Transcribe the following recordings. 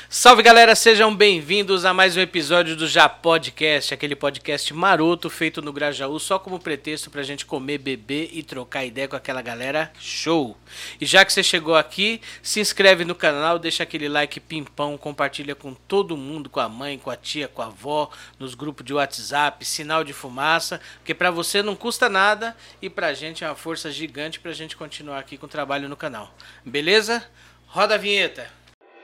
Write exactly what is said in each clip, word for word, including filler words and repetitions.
Salve galera, sejam bem-vindos a mais um episódio do Já Podcast, aquele podcast maroto feito no Grajaú só como pretexto pra gente comer, beber e trocar ideia com aquela galera show. E já que você chegou aqui, se inscreve no canal, deixa aquele like pimpão, compartilha com todo mundo, com a mãe, com a tia, com a avó, nos grupos de WhatsApp, sinal de fumaça, porque pra você não custa nada e pra gente é uma força gigante pra gente continuar aqui com o trabalho no canal. Beleza? Roda a vinheta.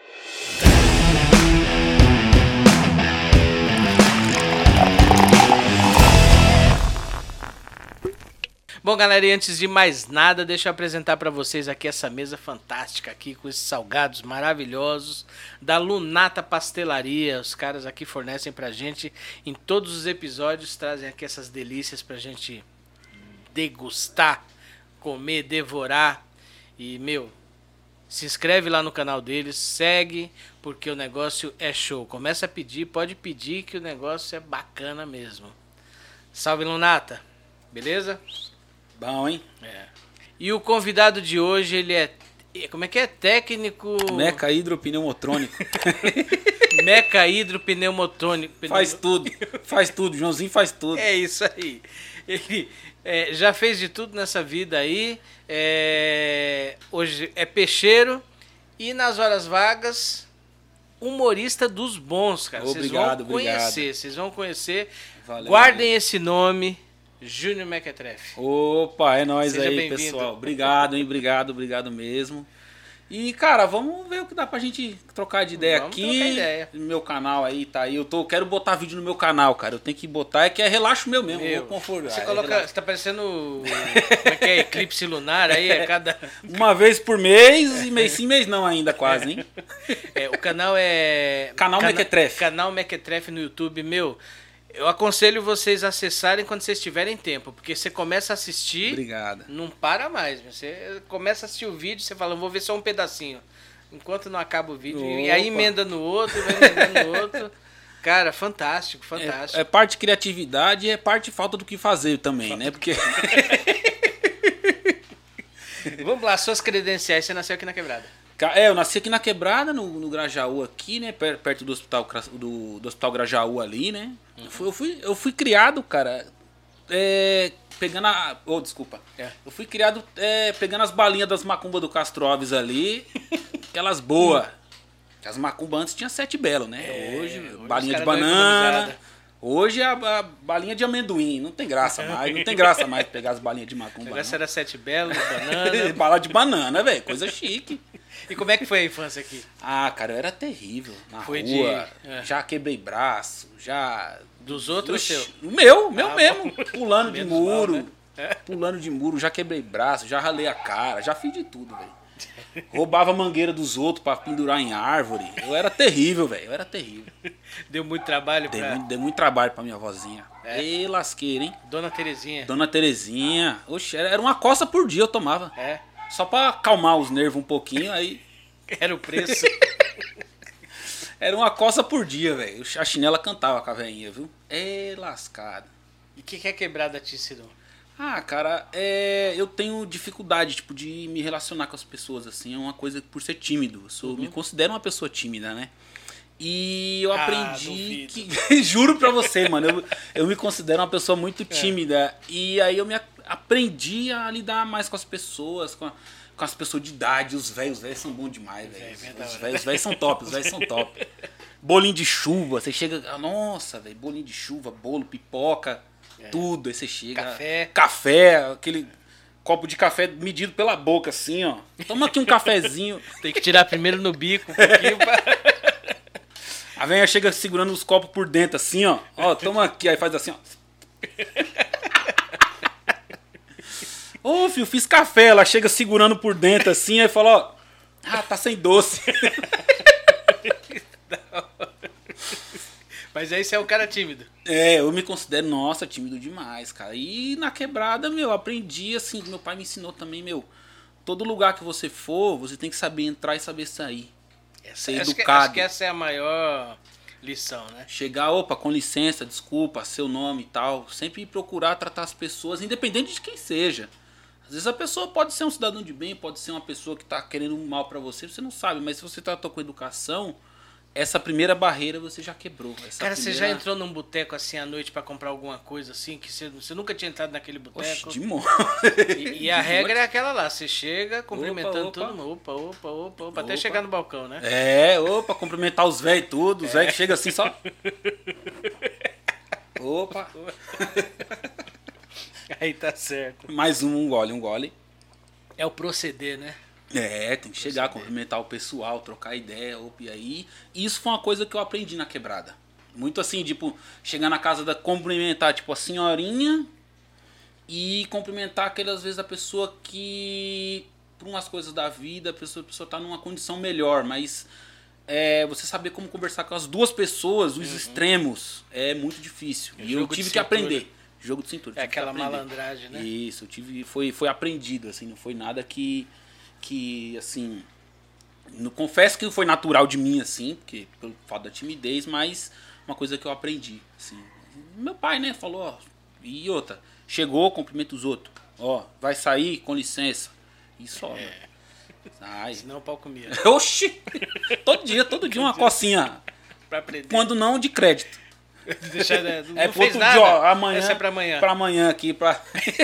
Bom, galera, e antes de mais nada, deixa eu apresentar para vocês aqui essa mesa fantástica aqui com esses salgados maravilhosos da Lunata Pastelaria. Os caras aqui fornecem pra gente em todos os episódios, trazem aqui essas delícias pra gente degustar, comer, devorar. E, meu, se inscreve lá no canal deles, segue, porque o negócio é show. Começa a pedir, pode pedir que o negócio é bacana mesmo. Salve, Lunata, beleza? Bom, hein? É. E o convidado de hoje, ele é... Como é que é? Técnico... Meca hidropneumotrônico. Meca hidropneumotrônico. Faz tudo. Faz tudo. Joãozinho faz tudo. É isso aí. Ele é, já fez de tudo nessa vida aí. É, hoje é peixeiro. E nas horas vagas, humorista dos bons, cara. Vocês Obrigado, vão conhecer. obrigado. Vocês vão conhecer. Valeu, Guardem valeu. esse nome. Júnior Mequetrefe. Opa, é nóis Seja aí, bem-vindo. pessoal. Obrigado, hein? Obrigado, obrigado mesmo. E, cara, vamos ver o que dá pra gente trocar de ideia Vamos aqui. trocar ideia. Meu canal aí, tá aí. Eu tô, quero botar vídeo no meu canal, cara. Eu tenho que botar, é que é relaxo meu mesmo. Meu, vou confortar. você é coloca, relaxo. você tá parecendo, como é que é, eclipse lunar aí, é cada... Uma vez por mês e mês sim, mês não ainda quase, hein? É, o canal é... Canal Cana- Mequetrefe. Canal Mequetrefe no YouTube, meu... Eu aconselho vocês a acessarem quando vocês tiverem tempo, porque você começa a assistir, Obrigado. não para mais. Você começa a assistir o vídeo, você fala, vou ver só um pedacinho. Enquanto não acaba o vídeo, e aí Opa. emenda no outro, vai emendando no outro. Cara, fantástico, fantástico. É, é parte criatividade e é parte falta do que fazer também, né? Porque... Vamos lá, suas credenciais, você nasceu aqui na Quebrada. É, eu nasci aqui na Quebrada, no, no Grajaú aqui, né? Per- Perto do hospital, Cra- do, do hospital Grajaú ali, né? Uhum. Eu, fui, eu, fui, eu fui criado, cara, é, pegando a... Oh, desculpa. É. Eu fui criado é, pegando as balinhas das macumbas do Castro Alves ali, aquelas boas. As macumbas antes tinha sete belo, né? É, hoje, hoje os balinha de caras dão banana. economizada. Hoje é a, a balinha de amendoim. Não tem graça mais. Não tem graça mais pegar as balinhas de O macumba. negócio não. era sete belos, banana. Bala de banana, velho. Coisa chique. E como é que foi a infância aqui? Ah, cara, eu era terrível. Na Foi rua, de- é. já quebrei braço, já... Dos outros Oxi, ou seu? o meu, meu Ah, mesmo. bom. Pulando de Menos muro. mal, né? Pulando de muro, já quebrei braço, já ralei a cara, já fiz de tudo, velho. Roubava a mangueira dos outros pra pendurar em árvore. Eu era terrível, velho. Eu era terrível. Deu muito trabalho Dei pra muito, dei muito trabalho pra minha vozinha. É. E lasqueira, hein? Dona Terezinha. Dona Terezinha. Oxe, era era uma coça por dia eu tomava. É, Só pra acalmar os nervos um pouquinho, aí... era o preço. Era uma coça por dia, velho. A chinela cantava com a veinha, viu? É lascado. E o que, que a Quebrada te ensinou? Ah, cara, é, eu tenho dificuldade, tipo, de me relacionar com as pessoas, assim. É uma coisa por ser tímido. Eu sou, me considero uma pessoa tímida, né? E eu Ah, aprendi duvido. que... Juro pra você, mano. Eu, eu me considero uma pessoa muito tímida. E aí eu me a- aprendi a lidar mais com as pessoas, com, a- com as pessoas de idade. Os velhos, os velhos são bons demais, velho. velho é da Os hora. velhos, os velhos são top, os velhos são top. Bolinho de chuva, você chega... ah, Nossa, velho, bolinho de chuva, bolo, pipoca, tudo. Aí você chega... Café. Café, aquele copo de café medido pela boca, assim, ó. Toma aqui um cafezinho. Tem que tirar primeiro no bico um pouquinho pra... A velha chega segurando os copos por dentro, assim, ó. Ó, toma aqui. Aí faz assim, ó. Ô, filho, fiz café. Ela chega segurando por dentro, assim, aí fala, ó. Ah, tá sem doce. Mas aí você é um cara tímido. É, eu me considero, nossa, tímido demais, cara. E na Quebrada, meu, aprendi, assim, meu pai me ensinou também, meu. Todo lugar que você for, você tem que saber entrar e saber sair. Ser acho, que, educado. acho que essa é a maior lição, né? Chegar, opa, com licença, desculpa, seu nome e tal. Sempre procurar tratar as pessoas, independente de quem seja. Às vezes a pessoa pode ser um cidadão de bem, pode ser uma pessoa que tá querendo um mal pra você, você não sabe. Mas se você tratou com educação, essa primeira barreira você já quebrou. Essa Cara, primeira... você já entrou num boteco assim à noite pra comprar alguma coisa assim, que você, você nunca tinha entrado naquele boteco? Oxe, de monte. E, e a regra é aquela lá, você chega cumprimentando Opa, opa. todo mundo, opa, opa, opa, opa, até Opa. chegar no balcão, né? É, opa, cumprimentar os velhos tudo, os velhos que chegam assim só... Opa. Aí tá certo. Mais um, um gole, um gole. É o proceder, né? É, tem que chegar, cumprimentar o pessoal, trocar ideia, opa, e aí... Isso foi uma coisa que eu aprendi na quebrada. Muito assim, tipo, chegar na casa da... Cumprimentar, tipo, a senhorinha e cumprimentar aquelas vezes a pessoa que... Por umas coisas da vida, a pessoa, a pessoa tá numa condição melhor, mas... É, você saber como conversar com as duas pessoas, os uhum. extremos, é muito difícil. É e eu tive que aprender. Jogo de cintura. É aquela malandragem, né? Isso, eu tive, foi, foi aprendido, assim, não foi nada que, que assim, não, confesso que não foi natural de mim, assim, porque pelo fato da timidez, mas uma coisa que eu aprendi, assim. Meu pai, né, falou, ó, e outra, chegou, cumprimenta os outros, ó, vai sair, com licença, e só, é. Né? Ai. Senão o pau comia. Oxi! Todo dia, todo dia uma cocinha. Pra aprender. Quando não, de crédito. Deixar, não é fez outro nada. Dia, ó, amanhã, essa é pra amanhã. Pra amanhã aqui, pra...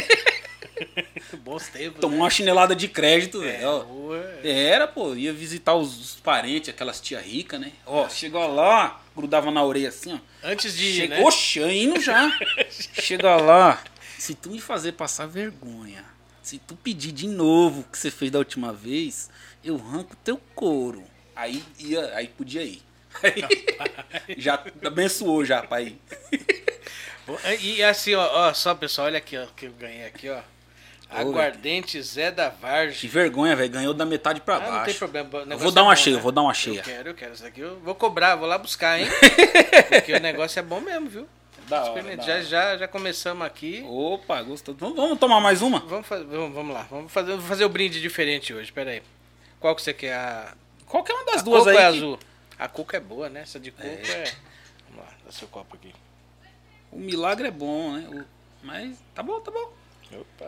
Bons tempos, Tomou né? uma chinelada de crédito, é, velho. Era, pô, ia visitar os, os parentes, aquelas tia rica, né? Ó, chegou lá, grudava na orelha assim, ó. Antes de ir, Chega, né? Oxe, indo já. Chega lá, se tu me fazer passar vergonha, se tu pedir de novo o que você fez da última vez, eu arranco teu couro. Aí, ia, aí podia ir. Aí, já abençoou já, pai. E assim, ó, ó, só pessoal, olha aqui, ó, que eu ganhei aqui, ó. Aguardente Zé da Vargem. Que vergonha, velho. Ganhou da metade pra ah, baixo. Não tem problema. Eu vou dar uma é bom, cheia, né? vou dar uma cheia. Eu quero, eu quero. Isso aqui eu vou cobrar, vou lá buscar, hein? Porque o negócio é bom mesmo, viu? Da hora, da já, hora. já, já começamos aqui. Opa, gostou. Vamos, vamos tomar mais uma? Vamos, fazer, vamos, vamos lá. Vamos fazer, vamos fazer o brinde diferente hoje. Pera aí. Qual que você quer? A... Qualquer uma das a duas coco aí. É que... azul. A coco é boa, né? Essa de coco é... é... Vamos lá, dá seu copo aqui. O milagre é bom, né? O... Mas tá bom, tá bom. Opa.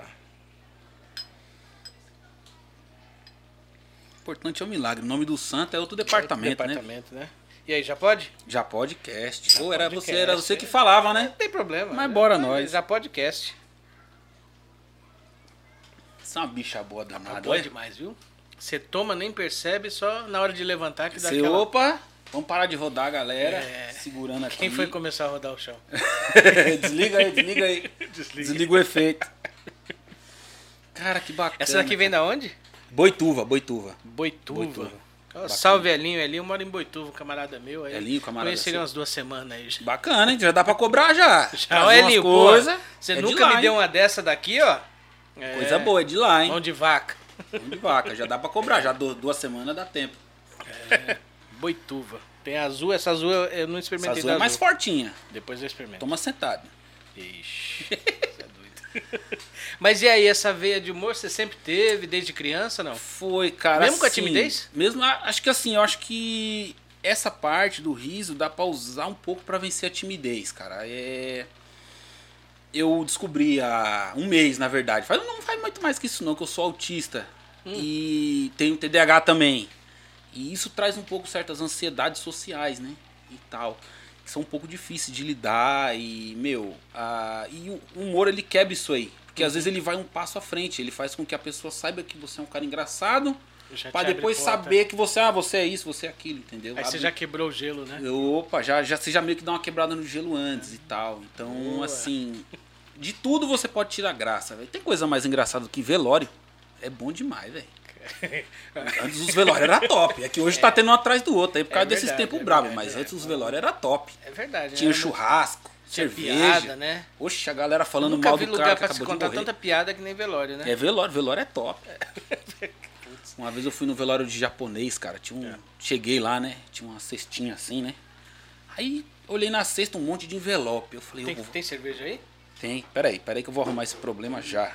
O importante é o milagre. O nome do santo é outro departamento, é outro departamento né? né? E aí, já pode? Já podcast. Já Pô, era podcast, você, era você é. que falava, né? Não tem problema. Mas bora nós. Já podcast. Você é uma bicha boa danada. Boa demais, viu? Você toma, nem percebe, só na hora de levantar que dá Você, aquela... Opa, vamos parar de rodar, galera. É. Segurando aqui. Quem foi começar a rodar o chão? Desliga aí, desliga aí. Desliga. Desliga o efeito. Cara, que bacana. Essa daqui vem da onde? Boituva, Boituva. Boituva. Boituva. Oh, salve Elinho, Elinho mora em Boituva, um camarada meu. Aí Elinho, camarada conheci ele seu. umas duas semanas aí. Já. Bacana, hein? Já dá pra cobrar já. Já, Elinho, pô, coisa, você é nunca lá, me deu hein? uma dessa daqui, ó. É, Coisa boa, é de lá, hein? mão de vaca. Mão de vaca, já dá pra cobrar. Já du- duas semanas dá tempo. É, Boituva. Tem azul, essa azul eu, eu não experimentei. Essa azul da é mais azul. fortinha. Depois eu experimento. Toma sentado. Ixi, você é doido. Mas e aí, essa veia de humor você sempre teve, desde criança, não? Foi, cara. Mesmo com a assim, timidez? Mesmo, a- acho que assim, eu acho que essa parte do riso dá pra usar um pouco pra vencer a timidez, cara. É... Eu descobri há um mês, na verdade. Faz, não faz muito mais que isso não, que eu sou autista. Hum. E tenho T D A H também. E isso traz um pouco certas ansiedades sociais, né? E tal. Que são um pouco difíceis de lidar. E, meu, a... e o humor, ele quebra isso aí. Porque às vezes ele vai um passo à frente. Ele faz com que a pessoa saiba que você é um cara engraçado. Já Pra te depois abre porta. saber que você, ah, você é isso, você é aquilo, entendeu? Aí você Abre- já quebrou o gelo, né? Opa, já, já, você já meio que dá uma quebrada no gelo antes e tal. Então, Boa. assim, de tudo você pode tirar graça, velho. Tem coisa mais engraçada do que velório. É bom demais, velho. Antes os velórios era top. É que hoje tá tendo um atrás do outro aí por É causa desses verdade, tempos é bravos. verdade, Mas é. antes os velórios era top. É verdade. Tinha né? churrasco, Tinha cerveja. piada, né? Oxe, a galera falando Nunca mal vi do lugar cara que pra se acabou de contar morrer. tanta piada que nem velório, né? É velório, velório é top. Uma vez eu fui no velório de japonês, cara. Tinha um, É. Cheguei lá, né? Tinha uma cestinha assim, né? Aí olhei na cesta um monte de envelope. Eu falei, Tem, eu vou... tem cerveja aí? Tem. Peraí, peraí que eu vou arrumar esse problema já.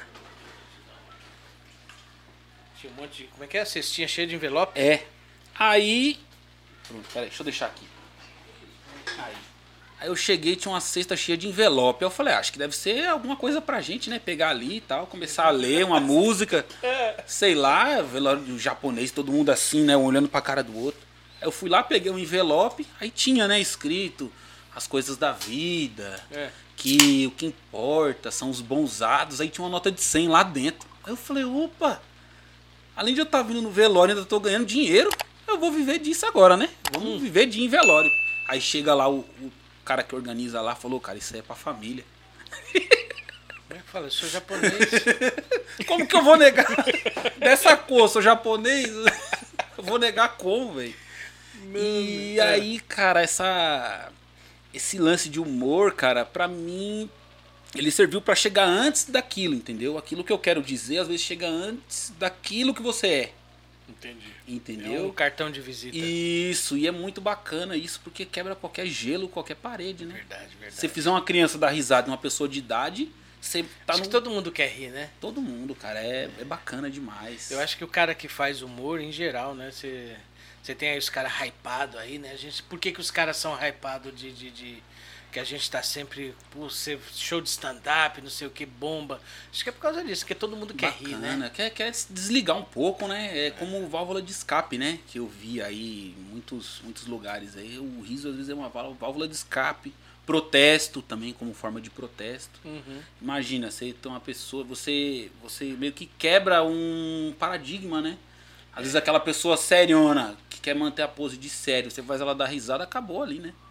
Tinha um monte de... Como é que é? Cestinha cheia de envelope? É. Aí... Pronto, peraí, deixa eu deixar aqui. Aí. Aí eu cheguei, tinha uma cesta cheia de envelope. Eu falei, ah, acho que deve ser alguma coisa pra gente, né? Pegar ali e tal, começar a ler uma música. Sei lá, velório japonês, todo mundo assim, né? Um olhando pra cara do outro. Aí eu fui lá, peguei um envelope, aí tinha, né, escrito as coisas da vida, É. que o que importa são os bons atos, aí tinha uma nota de cem lá dentro. Aí eu falei, opa, além de eu estar vindo no velório, ainda tô ganhando dinheiro, eu vou viver disso agora, né? Vamos Hum. viver de em velório. Aí chega lá, o, o cara que organiza lá, falou, cara, isso aí é pra família. Eu falo, eu sou japonês. Como que eu vou negar? Dessa cor, sou japonês? Eu vou negar como, velho? E é. aí, cara, essa, esse lance de humor, cara, pra mim, ele serviu pra chegar antes daquilo, entendeu? Aquilo que eu quero dizer, às vezes chega antes daquilo que você é. Entendi. Entendeu? É um cartão de visita. Isso, e é muito bacana isso, porque quebra qualquer gelo, qualquer parede, né? Verdade, verdade. Se você fizer uma criança dar risada em uma pessoa de idade, você tá Acho no... que todo mundo quer rir, né? Todo mundo, cara, é, é bacana demais. Eu acho que o cara que faz humor, em geral, né? Você, você tem aí os caras hypados aí, né? A gente, por que, que os caras são hypados de, de, de. Que a gente tá sempre. Por ser show de stand-up, não sei o que, bomba. Acho que é por causa disso, que todo mundo quer rir, né? Quer, quer se desligar um pouco, né? É como válvula de escape, né? Que eu vi aí em muitos, muitos lugares aí. O riso às vezes é uma válvula de escape. Protesto também como forma de protesto. Uhum. Imagina, você tem uma pessoa, você, você meio que quebra um paradigma, né? Às vezes aquela pessoa seriona, que quer manter a pose de sério, você faz ela dar risada, acabou ali, né?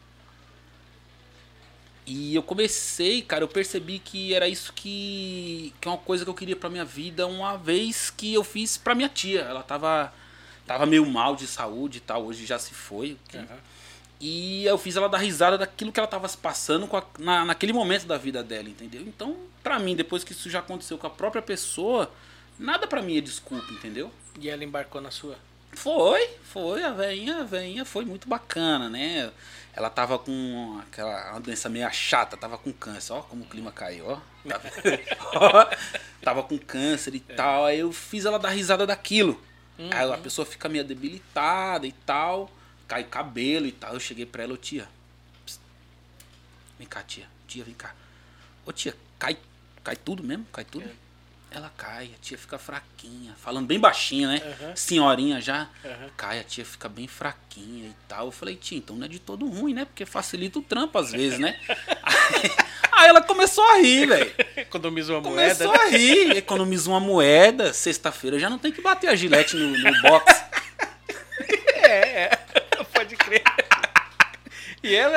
E eu comecei, cara, eu percebi que era isso que, que é uma coisa que eu queria pra minha vida, uma vez que eu fiz pra minha tia. Ela tava, tava meio mal de saúde e tal, hoje já se foi. Uhum. E eu fiz ela dar risada daquilo que ela tava se passando com a, na, naquele momento da vida dela, entendeu? Então, pra mim, depois que isso já aconteceu com a própria pessoa, nada pra mim é desculpa, entendeu? E ela embarcou na sua? Foi, foi, a veinha, a veinha foi muito bacana, né? Ela tava com aquela uma doença meio chata, tava com câncer, ó como o clima caiu, ó. Tava, ó, tava com câncer e é. tal, aí eu fiz ela dar risada daquilo. Uhum. Aí a pessoa fica meio debilitada e tal, cai cabelo e tal. Eu cheguei pra ela, ô tia, psst, vem cá tia, tia vem cá. Ô tia, cai, cai tudo mesmo? Cai tudo? É. Ela cai, a tia fica fraquinha, falando bem baixinho, né? Uhum. Senhorinha já, uhum. Cai, a tia fica bem fraquinha e tal. Eu falei, tia, então não é de todo ruim, né? Porque facilita o trampo às vezes, né? aí, aí ela começou a rir, velho. Economiza uma começou moeda. Começou a rir, economiza uma moeda. Sexta-feira já não tem que bater a gilete no, no box. É, é, pode crer. E ela...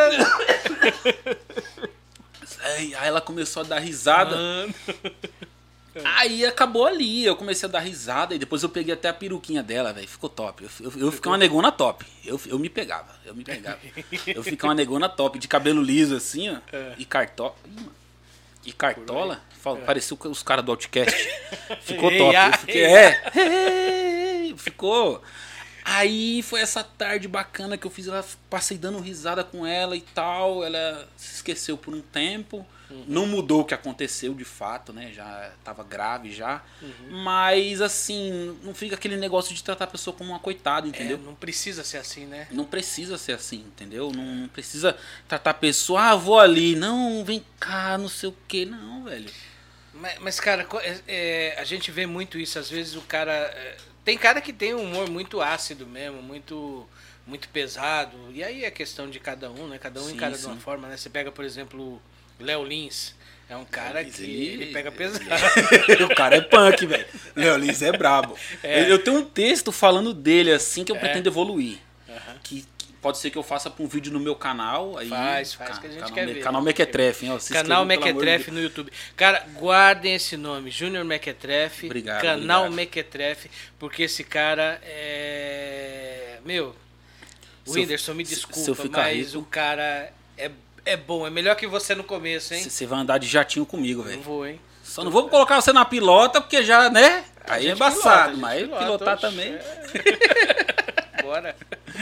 Aí ela começou a dar risada. Mano. Aí acabou ali, eu comecei a dar risada e depois eu peguei até a peruquinha dela, velho, ficou top. Eu, eu, eu fiquei uma negona top, eu, eu me pegava, eu me pegava. Eu fiquei uma negona top, de cabelo liso assim, ó, é. e cartola. E cartola, é. parecia os caras do Outcast. Ficou ei, top, eu fiquei, ei, é, ei, ficou... Aí foi essa tarde bacana que eu fiz, ela passei dando risada com ela e tal, ela se esqueceu por um tempo, uhum. Não mudou o que aconteceu de fato, né, já tava grave já, uhum. Mas assim, não fica aquele negócio de tratar a pessoa como uma coitada, entendeu? É, não precisa ser assim, né? Não precisa ser assim, entendeu? Não, não precisa tratar a pessoa, ah, vou ali, não, vem cá, não sei o que, não, velho. Mas, mas cara, é, a gente vê muito isso, às vezes o cara... É... Tem cara que tem um humor muito ácido mesmo, muito, muito pesado. E aí é questão de cada um, né? Cada um sim, encara sim. de uma forma, né? Você pega, por exemplo, o Léo Lins. É um cara que ele, ele pega pesado. Ele, o cara é punk, velho. Léo Lins é brabo. É. Eu tenho um texto falando dele assim que eu é. pretendo evoluir. Uhum. Que, que pode ser que eu faça para um vídeo no meu canal. Aí, faz, faz, que a gente canal, quer ver. Canal Mequetrefe, hein? Canal Mequetrefe no YouTube. Cara, guardem esse nome, Júnior Mequetrefe. Obrigado. Canal obrigado. Mequetrefe, porque esse cara é... Meu, o Whindersson, me desculpa, mas rico, o cara é, é bom. É melhor que você no começo, hein? Você vai andar de jatinho comigo, velho. Não vou, hein? Só não vou colocar você na pilota, porque já, né? Aí é embaçado, mas pilota, pilotar oxe, também. É. Bora.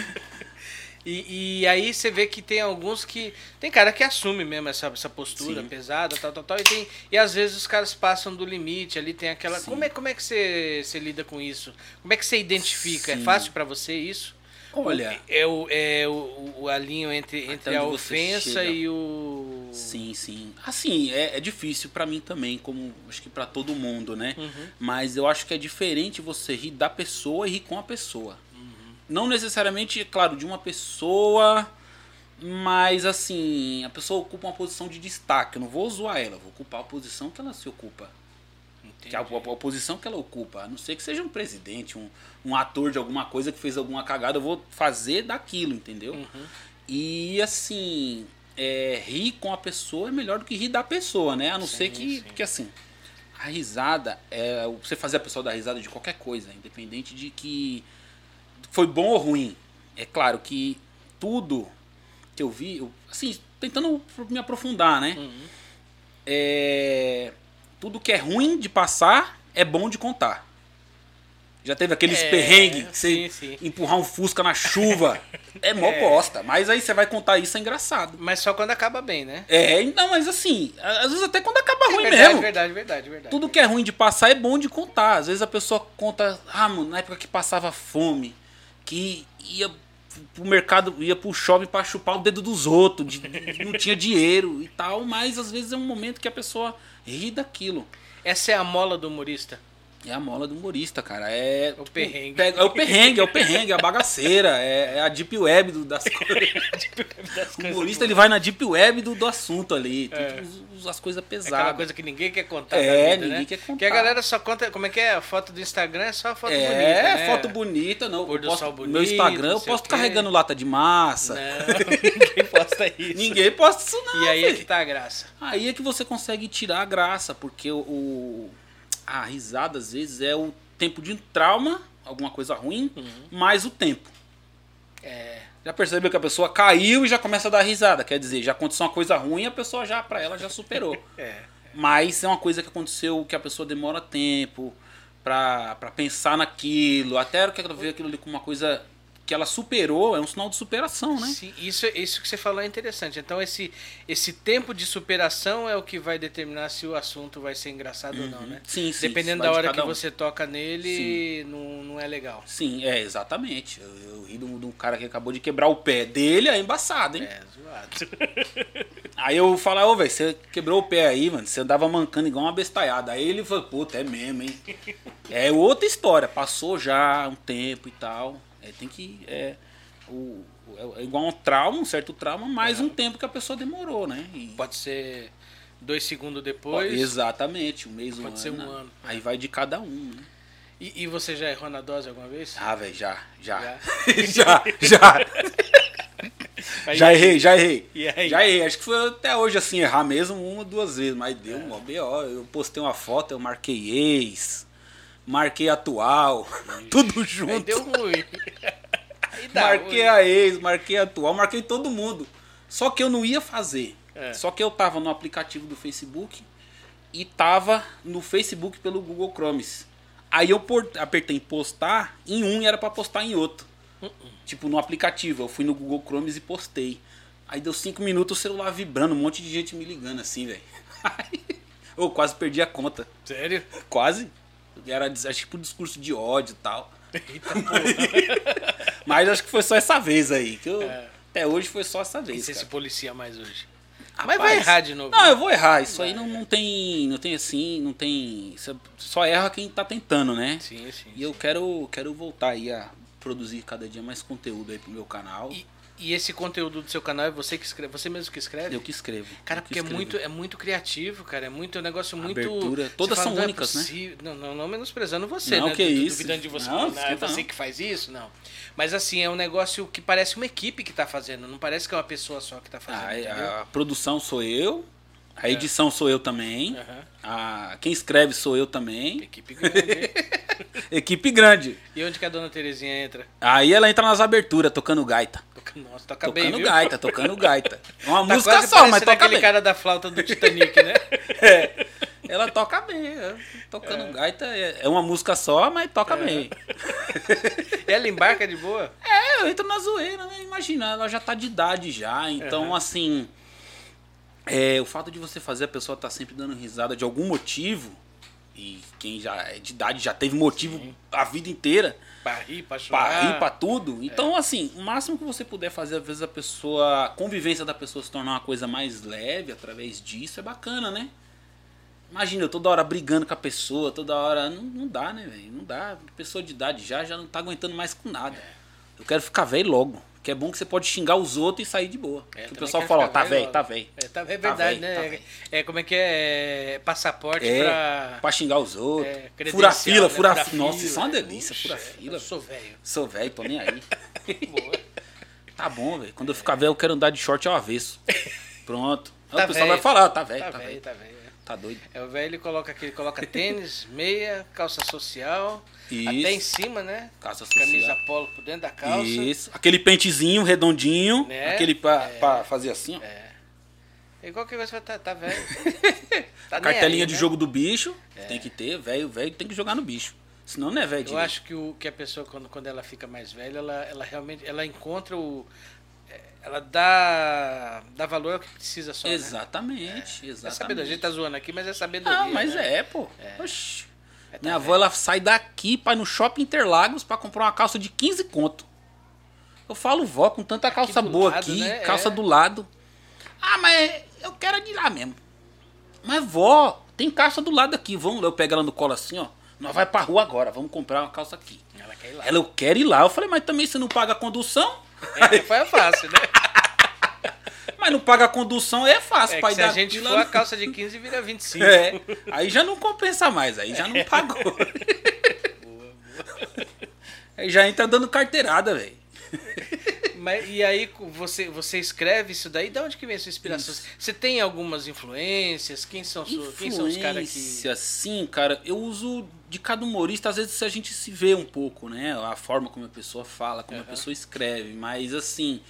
E, e aí você vê que tem alguns que... Tem cara que assume mesmo essa, essa postura Sim. pesada, tal, tal, tal. E, tem, e às vezes os caras passam do limite, ali tem aquela... Como é, como é que você, você lida com isso? Como é que você identifica? Sim. É fácil pra você isso? Olha... É o, é o, o alinho entre, entre a ofensa e o... Sim, sim. Assim, é, é difícil pra mim também, como acho que pra todo mundo, né? Uhum. Mas eu acho que é diferente você rir da pessoa e rir com a pessoa. não necessariamente, claro, de uma pessoa, mas assim, a pessoa ocupa uma posição de destaque. Eu não vou zoar ela, vou ocupar a posição que ela se ocupa. Que a, a, a posição que ela ocupa. A não ser que seja um presidente, um, um ator de alguma coisa que fez alguma cagada, eu vou fazer daquilo, entendeu? Uhum. E assim, é, rir com a pessoa é melhor do que rir da pessoa, né? A não sim, ser que, que assim, a risada, é você fazer a pessoa dar risada de qualquer coisa, independente de que foi bom ou ruim. É claro que tudo que eu vi, eu, assim, tentando me aprofundar, né? Uhum. É, tudo que é ruim de passar é bom de contar. Já teve aqueles é, perrengues, você sim, sim. empurrar um Fusca na chuva. É mó é. bosta. Mas aí você vai contar isso, é engraçado. Mas só quando acaba bem, né? É, não, mas assim, às vezes até quando acaba ruim é verdade, mesmo. Verdade, verdade, verdade. Tudo que é ruim de passar é bom de contar. Às vezes a pessoa conta, ah, mano, na época que passava fome, que ia pro mercado, ia pro shopping pra chupar o dedo dos outros, de, de, não tinha dinheiro e tal, mas às vezes é um momento que a pessoa ri daquilo. Essa é a mola do humorista. É a mola do humorista, cara. É o perrengue. Pega, é o perrengue, é o perrengue, é a bagaceira, é, é a deep web do, das coisas. O humorista ele vai na deep web do, do assunto ali. É. Tudo, as coisas pesadas. É aquela coisa que ninguém quer contar. É, vida, ninguém né? quer contar. Que a galera só conta. Como é que é? A foto do Instagram é só foto é, bonita. É, né? foto bonita, não. Pôr do posto, sol bonito, meu Instagram eu posto carregando lata de massa. Não, ninguém posta isso. Ninguém posta isso, não. E aí filho. É que tá a graça. Aí é que você consegue tirar a graça, porque o. o a risada, às vezes, é o tempo de um trauma, alguma coisa ruim, uhum. mais o tempo. É. Já percebeu que a pessoa caiu e já começa a dar risada? Quer dizer, já aconteceu uma coisa ruim e a pessoa já, pra ela, já superou. é, é. Mas é uma coisa que aconteceu que a pessoa demora tempo pra, pra pensar naquilo. Até que ela vê aquilo ali como uma coisa que ela superou, é um sinal de superação, né? Sim, isso, isso que você falou é interessante. Então esse, esse tempo de superação é o que vai determinar se o assunto vai ser engraçado uhum. ou não, né? Sim, sim. Dependendo da hora que um. você toca nele, não, não é legal. Sim, é, exatamente. Eu, eu ri de um cara que acabou de quebrar o pé dele, é embaçado, hein? É, zoado. Aí eu falo, ô, velho, você quebrou o pé aí, mano, você andava mancando igual uma bestalhada. Aí ele falou, puta, é mesmo, hein? É outra história, passou já um tempo e tal. É, tem que. É, o, é igual um trauma, um certo trauma, mais é. um tempo que a pessoa demorou, né? E pode ser dois segundos depois. Exatamente, um mês, um pode ano. Pode ser um ano. Aí vai de cada um, né? E, e você já errou na dose alguma vez? Ah, velho, já, já. Já, já. já. já errei, já errei. Já errei. Acho que foi até hoje assim, errar mesmo uma, duas vezes, mas deu é. um B O. Eu postei uma foto, eu marquei ex. Marquei atual, tudo junto. Aí deu ruim. Aí dá marquei ruim. a ex, marquei a atual, marquei todo mundo. Só que eu não ia fazer. É. Só que eu tava no aplicativo do Facebook e tava no Facebook pelo Google Chrome. Aí eu apertei em postar em um e era pra postar em outro. Uh -uh. Tipo no aplicativo. Eu fui no Google Chrome e postei. Aí deu cinco minutos o celular vibrando, um monte de gente me ligando assim, velho. Eu quase perdi a conta. Sério? Quase. Era acho, tipo um discurso de ódio e tal. Eita, mas acho que foi só essa vez aí. Que eu, é. Até hoje foi só essa vez. E você cara. se policia mais hoje. Rapaz, mas vai errar de novo. Não, né? Eu vou errar. Isso vai. Aí não, não tem. Não tem assim, não tem. Só erra quem tá tentando, né? Sim, sim. E sim. eu quero, quero voltar aí a produzir cada dia mais conteúdo aí pro meu canal. E, e esse conteúdo do seu canal é você que escreve, você mesmo que escreve? Eu que escrevo. Cara, porque é muito, é muito criativo, cara. É muito é um negócio muito. Abertura. Todas são fala, únicas, não é né? Não, não, não menosprezando você, não, né? Que du, isso? Duvidando de você. Não, não, é você não. que faz isso, não. Mas assim, é um negócio que parece uma equipe que tá fazendo. Não parece que é uma pessoa só que tá fazendo. Ah, a, a produção sou eu. A edição é. sou eu também. Uhum. A, quem escreve sou eu também. Equipe grande. Equipe grande. E onde que a dona Terezinha entra? Aí ela entra nas aberturas, tocando gaita. Nossa, toca tocando bem, viu? gaita, tocando gaita. É uma tá música só, mas toca aquele bem. Cara da flauta do Titanic, né? É. Ela toca bem. É. Tocando é. gaita é uma música só, mas toca é. bem. E ela embarca de boa? É, eu entro na zoeira, né? Imagina, ela já tá de idade já. Então, uhum. assim... É, o fato de você fazer a pessoa estar tá sempre dando risada de algum motivo, e quem já é de idade já teve motivo Sim. a vida inteira, pra rir, pra chorar, pra rir, pra tudo. Então, é. assim, o máximo que você puder fazer, às vezes a pessoa, a convivência da pessoa se tornar uma coisa mais leve através disso, é bacana, né? Imagina, eu toda hora brigando com a pessoa, toda hora. Não, não dá, né, velho? Não dá. Pessoa de idade já, já não tá aguentando mais com nada. É. Eu quero ficar velho logo. Que é bom que você pode xingar os outros e sair de boa. É, o pessoal fala, ó, tá velho, tá velho. É, tá, é verdade, tá né? véio, tá é, é, como é que é? É passaporte é, pra... pra xingar os outros. É, fura fila, né? fura Fura fila. Nossa, fila. isso é uma delícia, Puxa, fura fila. Eu sou velho. Sou velho, tô nem aí. Boa. Tá bom, velho. Quando eu ficar velho, eu quero andar de short ao avesso. Pronto. Tá o pessoal véio. vai falar, ó, tá velho, Tá tá velho, velho. tá velho. Tá doido. É, o velho ele coloca aquele, coloca tênis, meia, calça social, Isso. até em cima, né? Calça social. Camisa polo por dentro da calça. Isso. Aquele pentezinho redondinho. Né? Aquele pra, É. pra fazer assim, ó. É. E qualquer coisa vai tá, tá velho. Tá nem Cartelinha aí, de né? jogo do bicho. Tem que ter, velho, velho tem que jogar no bicho. Senão não é velho Eu direito. acho que, o, que a pessoa, quando, quando ela fica mais velha, ela, ela realmente ela encontra o. Ela dá, dá valor ao que precisa só. Exatamente, Né? É exatamente. sabedoria. A gente tá zoando aqui, mas é sabedoria. Não, mas né? é, pô. Oxi. É, tá Minha avó, velho. ela sai daqui pra ir no Shopping Interlagos pra comprar uma calça de quinze conto. Eu falo, vó, com tanta calça do boa lado, aqui, né? calça É. do lado. Ah, mas eu quero ir de lá mesmo. Mas, vó, tem calça do lado aqui. Vamos lá, eu pego ela no colo assim, ó. Nós vai pra rua agora, vamos comprar uma calça aqui. Ela quer ir lá. Ela, eu quero ir lá. Eu falei, mas também você não paga a condução? É, foi fácil, né? Mas não paga a condução, é fácil. É pra que ir se a da gente fila, for, a não- calça de quinze vira vinte e cinco. É, aí já não compensa mais, aí já não pagou. Aí já entra dando carteirada, velho. Mas, e aí você, você escreve isso daí? De onde que vem a sua inspiração? Você tem algumas influências? Quem são, sua, quem são os caras que... Influência, sim, cara. Eu uso de cada humorista, às vezes a gente se vê um pouco, né? A forma como a pessoa fala, como Uhum. a pessoa escreve. Mas, assim,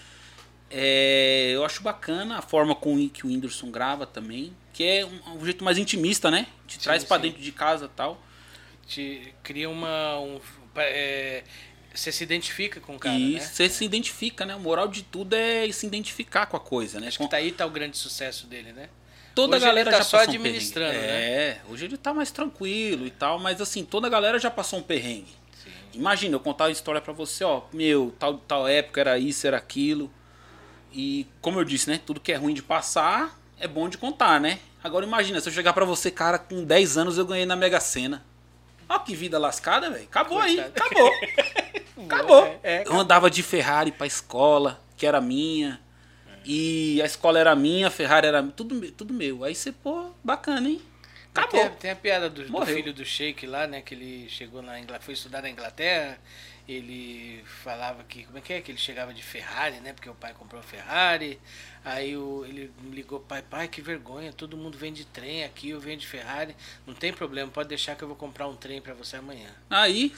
é, eu acho bacana a forma com que o Whindersson grava também. Que é um, um jeito mais intimista, né? Te Sim, traz pra sim. dentro de casa e tal. Te cria uma... Um, é, você se identifica com o cara, e né? você se identifica, né? O moral de tudo é se identificar com a coisa, né? Acho Com- que tá aí tá o grande sucesso dele, né? Toda Hoje a galera ele tá já só passou um administrando, perrengue. né? É, hoje ele tá mais tranquilo e tal, mas assim, toda a galera já passou um perrengue. Sim. Imagina, eu contar uma história pra você, ó, meu, tal, tal época era isso, era aquilo. E como eu disse, né, tudo que é ruim de passar é bom de contar, né? Agora imagina, se eu chegar pra você, cara, com dez anos eu ganhei na Mega Sena. Ó que vida lascada, velho. Acabou aí, Coitado. acabou. Acabou. É, é, Eu andava de Ferrari pra escola, que era minha. E a escola era minha, a Ferrari era tudo, me- tudo meu. Aí você, pô, bacana, hein? Mas Acabou. Tem, a- tem a piada do, do Morreu. filho do Sheik lá, né? Que ele chegou na Inglaterra, foi estudar na Inglaterra. Ele falava que. Como é que é? Que ele chegava de Ferrari, né? Porque o pai comprou a Ferrari. Aí o, ele me ligou, pai, pai, que vergonha. Todo mundo vem de trem aqui, eu venho de Ferrari. Não tem problema, pode deixar que eu vou comprar um trem pra você amanhã. Aí,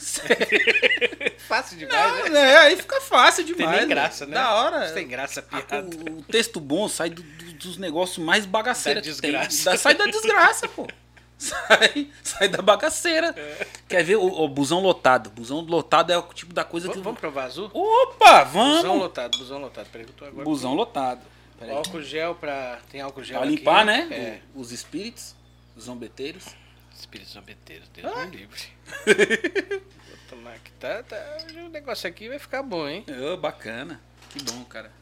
Fácil demais, né? é, aí fica fácil Tem demais. nem graça, né? Da hora. Não tem graça a A- piada. o, o texto bom sai do- do- dos negócios mais bagaceiros Da que tem. desgraça. Da- sai da desgraça, pô. Sai, sai da bagaceira. Quer ver o, o busão lotado? Busão lotado é o tipo da coisa V- que... Vamos provar azul? Opa, Busão vamos! lotado, busão lotado. Peraí que eu tô agora. Busão lotado. Peraí. Álcool gel pra. Tem álcool gel Pra aqui. limpar, né? É. o- Os espíritos, os zombeteiros. Espíritos zombeteiros, Deus Ah. me livre. Vou tomar aqui. Tá, tá. Hoje o negócio aqui vai ficar bom, hein? Ô, bacana. Que bom, cara.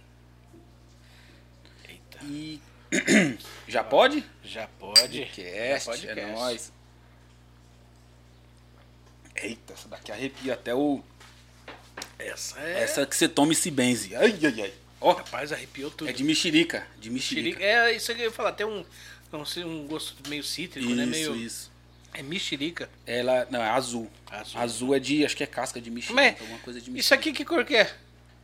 Eita. E... Já pode? Já pode. Podcast, Já pode é cast. nóis. Eita, essa daqui arrepia até o... Essa é. Essa que você toma e se benze. Ai, ai, ai. Ó, Rapaz, arrepiou tudo. é de mexerica. De mexerica. Mexerica. É isso que eu ia falar. Tem um, um, um gosto meio cítrico, Isso, né? Meio, isso. É mexerica. Ela, não, é azul. Azul. Azul, é de, acho que é casca de mexerica. Mas alguma coisa de mexerica. isso aqui que cor que é?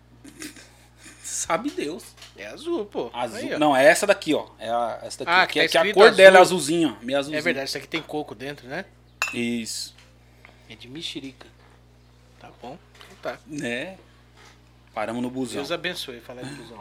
Sabe Deus. É azul, pô. Azul. Aí, ó. não, é essa daqui, ó. É a, essa daqui. Ah, que, que é, tá que a escrito cor azul. dela é azulzinha, ó. Meio azulzinho. É verdade, isso aqui tem coco dentro, né? Isso. É de mexerica. Tá bom. Então tá. Né? Paramos no busão. Deus abençoe, falar de busão.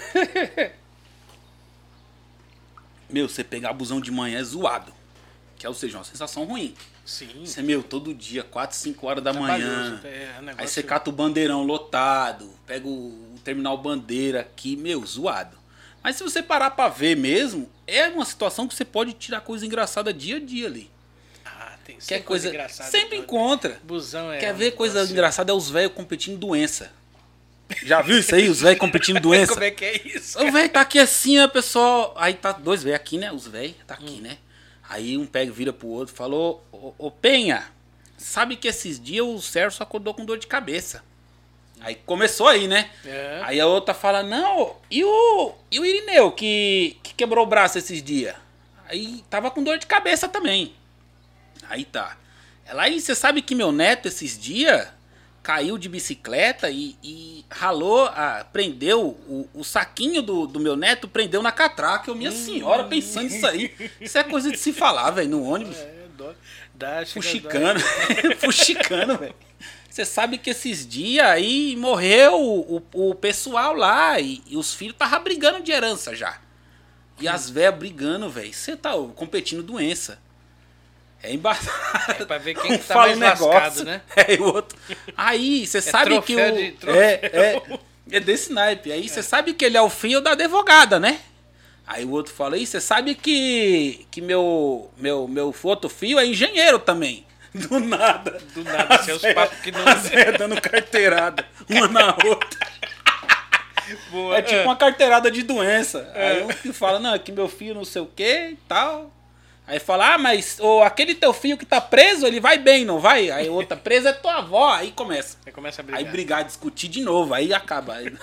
Meu, você pegar busão de manhã é zoado. Que é, ou seja, uma sensação ruim. Sim. Você, meu, todo dia, quatro, cinco horas da manhã. Trabalhoso, é, um negócio- Aí você cata o bandeirão lotado, pega o, o terminal bandeira aqui, meu, zoado. Mas se você parar pra ver mesmo, é uma situação que você pode tirar coisa engraçada dia a dia ali. Ah, tem Quer sempre coisa, engraçada. sempre Todo- encontra. Busão é. Quer um ver coisa negócio- engraçada é os velhos competindo doença. Já viu isso aí? Os velhos competindo doença? Como é que é isso? O velho tá aqui assim, ó, pessoal. Aí tá dois velhos aqui, né? Os velhos, tá aqui, Hum. né? Aí um pega, vira pro outro e falou: Ô ô, Penha, sabe que esses dias o Sérgio acordou com dor de cabeça. Aí começou aí, né? É. Aí a outra fala, não, e o, e o Irineu, que, que quebrou o braço esses dias? Aí tava com dor de cabeça também. Aí tá. Ela aí, você sabe que meu neto esses dias caiu de bicicleta e, e ralou, ah, prendeu o, o saquinho do, do meu neto, prendeu na catraca. Eu, minha senhora, pensando nisso aí. Isso é coisa de se falar, velho, no ônibus. É, dó. Dá, chega Fuxicano. Fuxicano, velho. Você sabe que esses dias aí morreu o, o, o pessoal lá e, e os filhos estavam brigando de herança já. E as velhas brigando, velho. Você tá competindo doença. É embaçado. É pra ver quem Um que tá fala mais um negócio, lascado, né? É, e o outro. Aí, você sabe que o... troféu de- troféu. É, é, é desse naipe. Aí, você sabe que ele é o filho da advogada, né? Aí o outro fala, aí, você sabe que, que meu, meu, meu outro filho é engenheiro também. Do nada. Do nada, seus papos que não... As velhas dando carteirada, uma na outra. Boa. É tipo uma carteirada de doença. Aí um que fala, não, é que meu filho não sei o que e tal. Aí fala, ah, mas oh, aquele teu filho que tá preso, ele vai bem, não vai? Aí outra, presa é tua avó. Aí começa. Aí começa a brigar. Aí brigar, discutir de novo, aí acaba. Aí...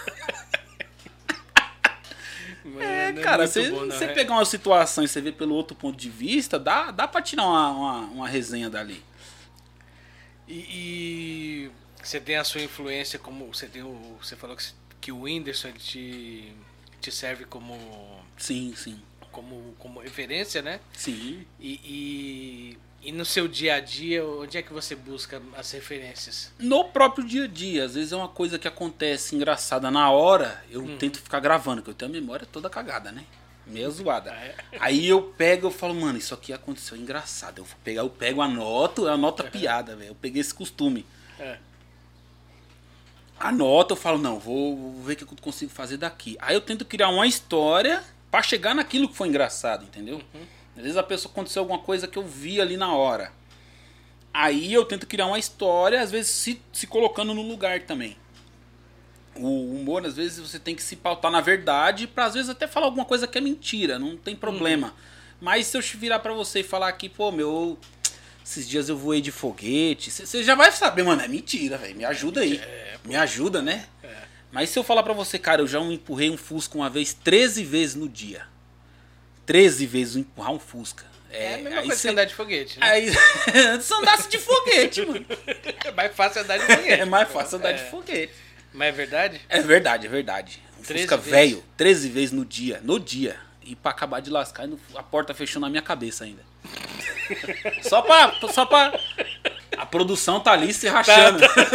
Mano, É, cara, muito você bom, não, você é? pegar uma situação e você ver pelo outro ponto de vista, dá, dá pra tirar uma, uma, uma resenha dali. E, e você tem a sua influência como você tem o você falou que, que o Whindersson ele te te serve como Sim, sim. como como referência, né? Sim. E, e, e no seu dia a dia, onde é que você busca as referências? No próprio dia a dia, às vezes é uma coisa que acontece engraçada na hora, eu Uhum. tento ficar gravando, porque eu tenho a memória toda cagada, né? Meio zoada. Ah, é? Aí eu pego eu falo, mano, isso aqui aconteceu engraçado. Eu vou pegar, eu pego, anoto, eu anoto a piada, velho. Eu peguei esse costume. É. Anoto, eu falo, não, vou, vou ver o que eu consigo fazer daqui. Aí eu tento criar uma história pra chegar naquilo que foi engraçado, entendeu? Uhum. Às vezes a pessoa aconteceu alguma coisa que eu vi ali na hora. Aí eu tento criar uma história, às vezes se, se colocando no lugar também. O humor, às vezes, você tem que se pautar na verdade pra, às vezes, até falar alguma coisa que é mentira, não tem problema. Uhum. Mas se eu virar pra você e falar aqui, pô, meu, esses dias eu voei de foguete, você já vai saber, mano, é mentira, velho, me ajuda aí. É, me ajuda, né? É. Mas se eu falar pra você, cara, eu já empurrei um Fusca uma vez, treze vezes no dia. treze vezes eu empurrar um Fusca. É a mesma aí coisa cê- que andar de foguete, né? Aí, antes andasse de foguete, mano. É mais fácil andar de foguete. É mais fácil andar É. de foguete. Mas é verdade? É verdade, é verdade. Um treze Fusca vezes? velho, treze vezes no dia. No dia. E pra acabar de lascar, a porta fechou na minha cabeça ainda. Só pra, só pra... A produção tá ali se rachando.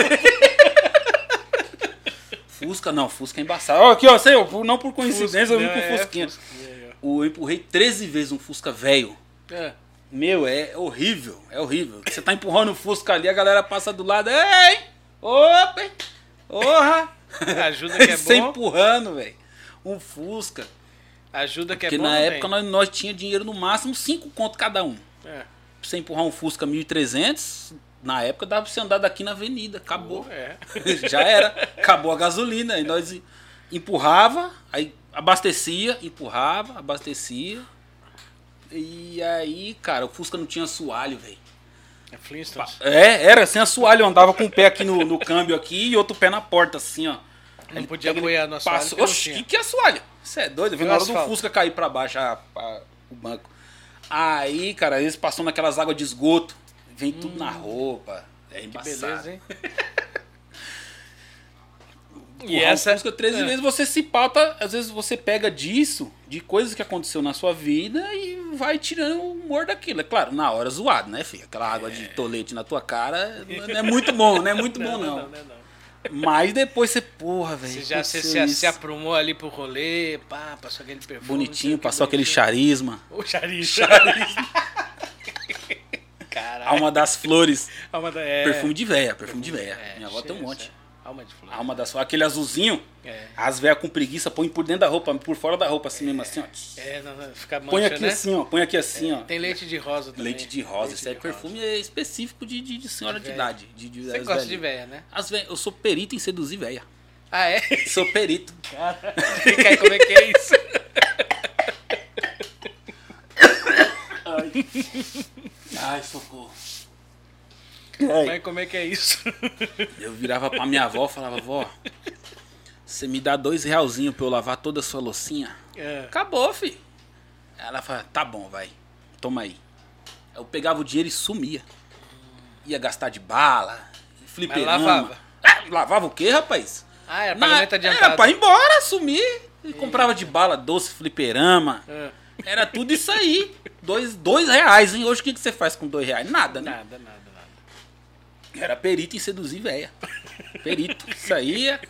Fusca, não, Fusca é embaçado. Ó, aqui, ó, sei, ó, não por coincidência, eu vim com é, Fusquinha. Fusquinha, O- Eu empurrei treze vezes um Fusca velho. é. Meu, é horrível, é horrível. Você tá empurrando o Fusca ali, a galera passa do lado. Ei! Opa! hein? Porra! Ajuda que é Você bom. empurrando, velho. Um Fusca. Ajuda que é Porque bom. na não época tem? nós, nós tinha dinheiro no máximo cinco conto cada um. É. Pra você empurrar um Fusca mil e trezentos, na época dava pra você andar daqui na avenida. Acabou. É. Já era. Acabou a gasolina. E nós empurrava, aí abastecia, empurrava, abastecia. E aí, cara, o Fusca não tinha assoalho, velho. É Flintstones. É, era sem assoalho. Eu andava com o pé aqui no, no câmbio aqui e outro pé na porta, assim, ó. Não Ele podia pega, apoiar ele no assoalho, passa- porque não Oxi, tinha. que que é assoalho? Você é doido? Vendo E o na hora do asfalto? Fusca cair pra baixo a- a- o banco. Aí, cara, eles passam naquelas águas de esgoto. Vem tudo na roupa. É Que embaçado. beleza, hein? Empurrar E essa... o Fusca treze é. vezes, você se pauta, às vezes você pega disso, de coisas que aconteceu na sua vida e vai tirando o humor daquilo. É claro, na hora zoado, né, filho? Aquela água de tolete na tua cara não é muito bom, não é muito bom, não. Não, não, não. Mas depois você, porra, velho. Você já se, aconteceu se, isso. se aprumou ali pro rolê, pá, passou aquele perfume. não sei Bonitinho, o que, passou aquele bonitinho. charisma. O charisma. Caralho. Alma das flores. Alma da... é. Perfume de véia, perfume de véia. É, Minha avó tem um cheiro, monte. é. Alma de flor. Alma das flores. Aquele azulzinho, É. as véias com preguiça, põe por dentro da roupa, por fora da roupa, assim mesmo, assim, ó. É, não, não, fica mancha, Põe aqui né? assim, ó. Põe aqui assim, ó. Tem leite de rosa também. Leite de rosa, Leite isso é de perfume rosa. específico de, de, de senhora de Véia. idade. De, de, Você das gosta de velhinhas. véia, né? As véias, eu sou perito em seduzir véia. Ah, é? Sou perito. Explica aí como é que é isso. Ai, socorro. velho. Mas como é que é isso? Eu virava pra minha avó e falava, vó, você me dá dois realzinhos pra eu lavar toda a sua loucinha? É. Acabou, fi. Ela falava, tá bom, vai. Toma aí. Eu pegava o dinheiro e sumia. Ia gastar de bala, fliperama. Mas lavava? Ah, lavava o quê, rapaz? Ah, era Na- pagamento adiantado. Era pra ir embora, sumir. E comprava de bala, doce, fliperama. É. Era tudo isso aí. Dois, dois reais, hein? Hoje o que, que você faz com dois reais? Nada, né? Nada, nada, nada. Era perito em seduzir véia. Perito. Isso aí é...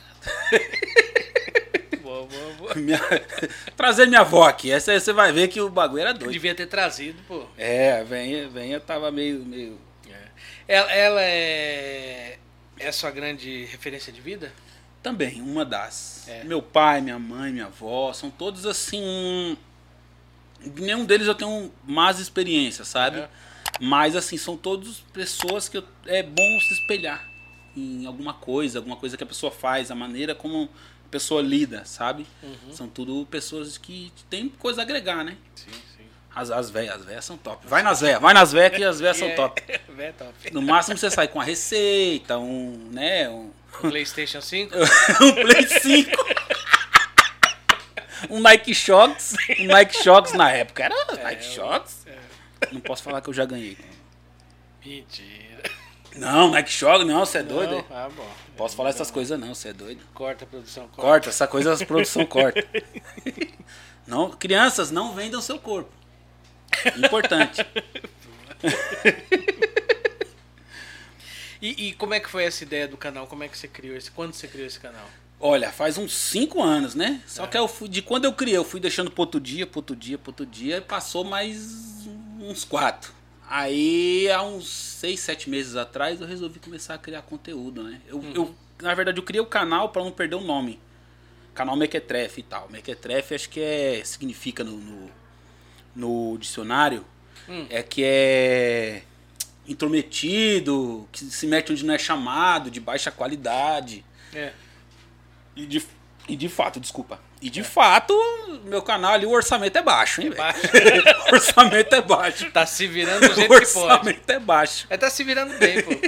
Boa, boa, boa. Minha... Trazer minha avó aqui. Essa aí você vai ver que o bagulho era doido. Devia ter trazido, pô. É, a venha, venha tava meio... meio... É. Ela, ela é... é a sua grande referência de vida? Também, uma das. É. Meu pai, minha mãe, minha avó, são todos assim... Nenhum deles eu tenho más experiências, sabe? É. Mas assim, são todos pessoas que eu- é bom se espelhar em alguma coisa, alguma coisa que a pessoa faz, a maneira como a pessoa lida, sabe? Uhum. São tudo pessoas que têm coisa a agregar, né? Sim, sim. As, as véias, as véias são top. Vai nas véias, vai nas véias que as véias são É, top. é top. No máximo você sai com a receita, um, né, um, O PlayStation cinco? um Play cinco. Um Nike Shox. Um Nike Shox na época. Era Nike Shox. É. Não posso falar que eu já ganhei. Mentira. Não, Nike Shox, não, você é Não? doido? Ah, bom. Posso falar essas coisas não, você é doido. Corta a produção, corta. Corta, essa coisa a produção corta. Não, crianças, não vendam seu corpo. Importante. E, e como é que foi essa ideia do canal? Como é que você criou esse? Quando você criou esse canal? Olha, faz uns cinco anos, né? Só que eu fui, de quando eu criei, eu fui deixando pro outro dia, pro outro dia, pro outro dia, e passou mais uns quatro. Aí, há uns seis, sete meses atrás, eu resolvi começar a criar conteúdo, né? Eu, Uhum. eu na verdade, eu criei o canal para não perder o nome. Canal Mequetrefe e tal. Mequetrefe acho que é, significa no, no, no dicionário, Hum. é que é intrometido, que se mete onde não é chamado, de baixa qualidade. É. E de, e de fato, desculpa. E de fato, meu canal ali, o orçamento é baixo, hein, velho? baixo. O orçamento é baixo. Tá se virando do O jeito que pode. orçamento é baixo. Mas tá se virando bem, pô.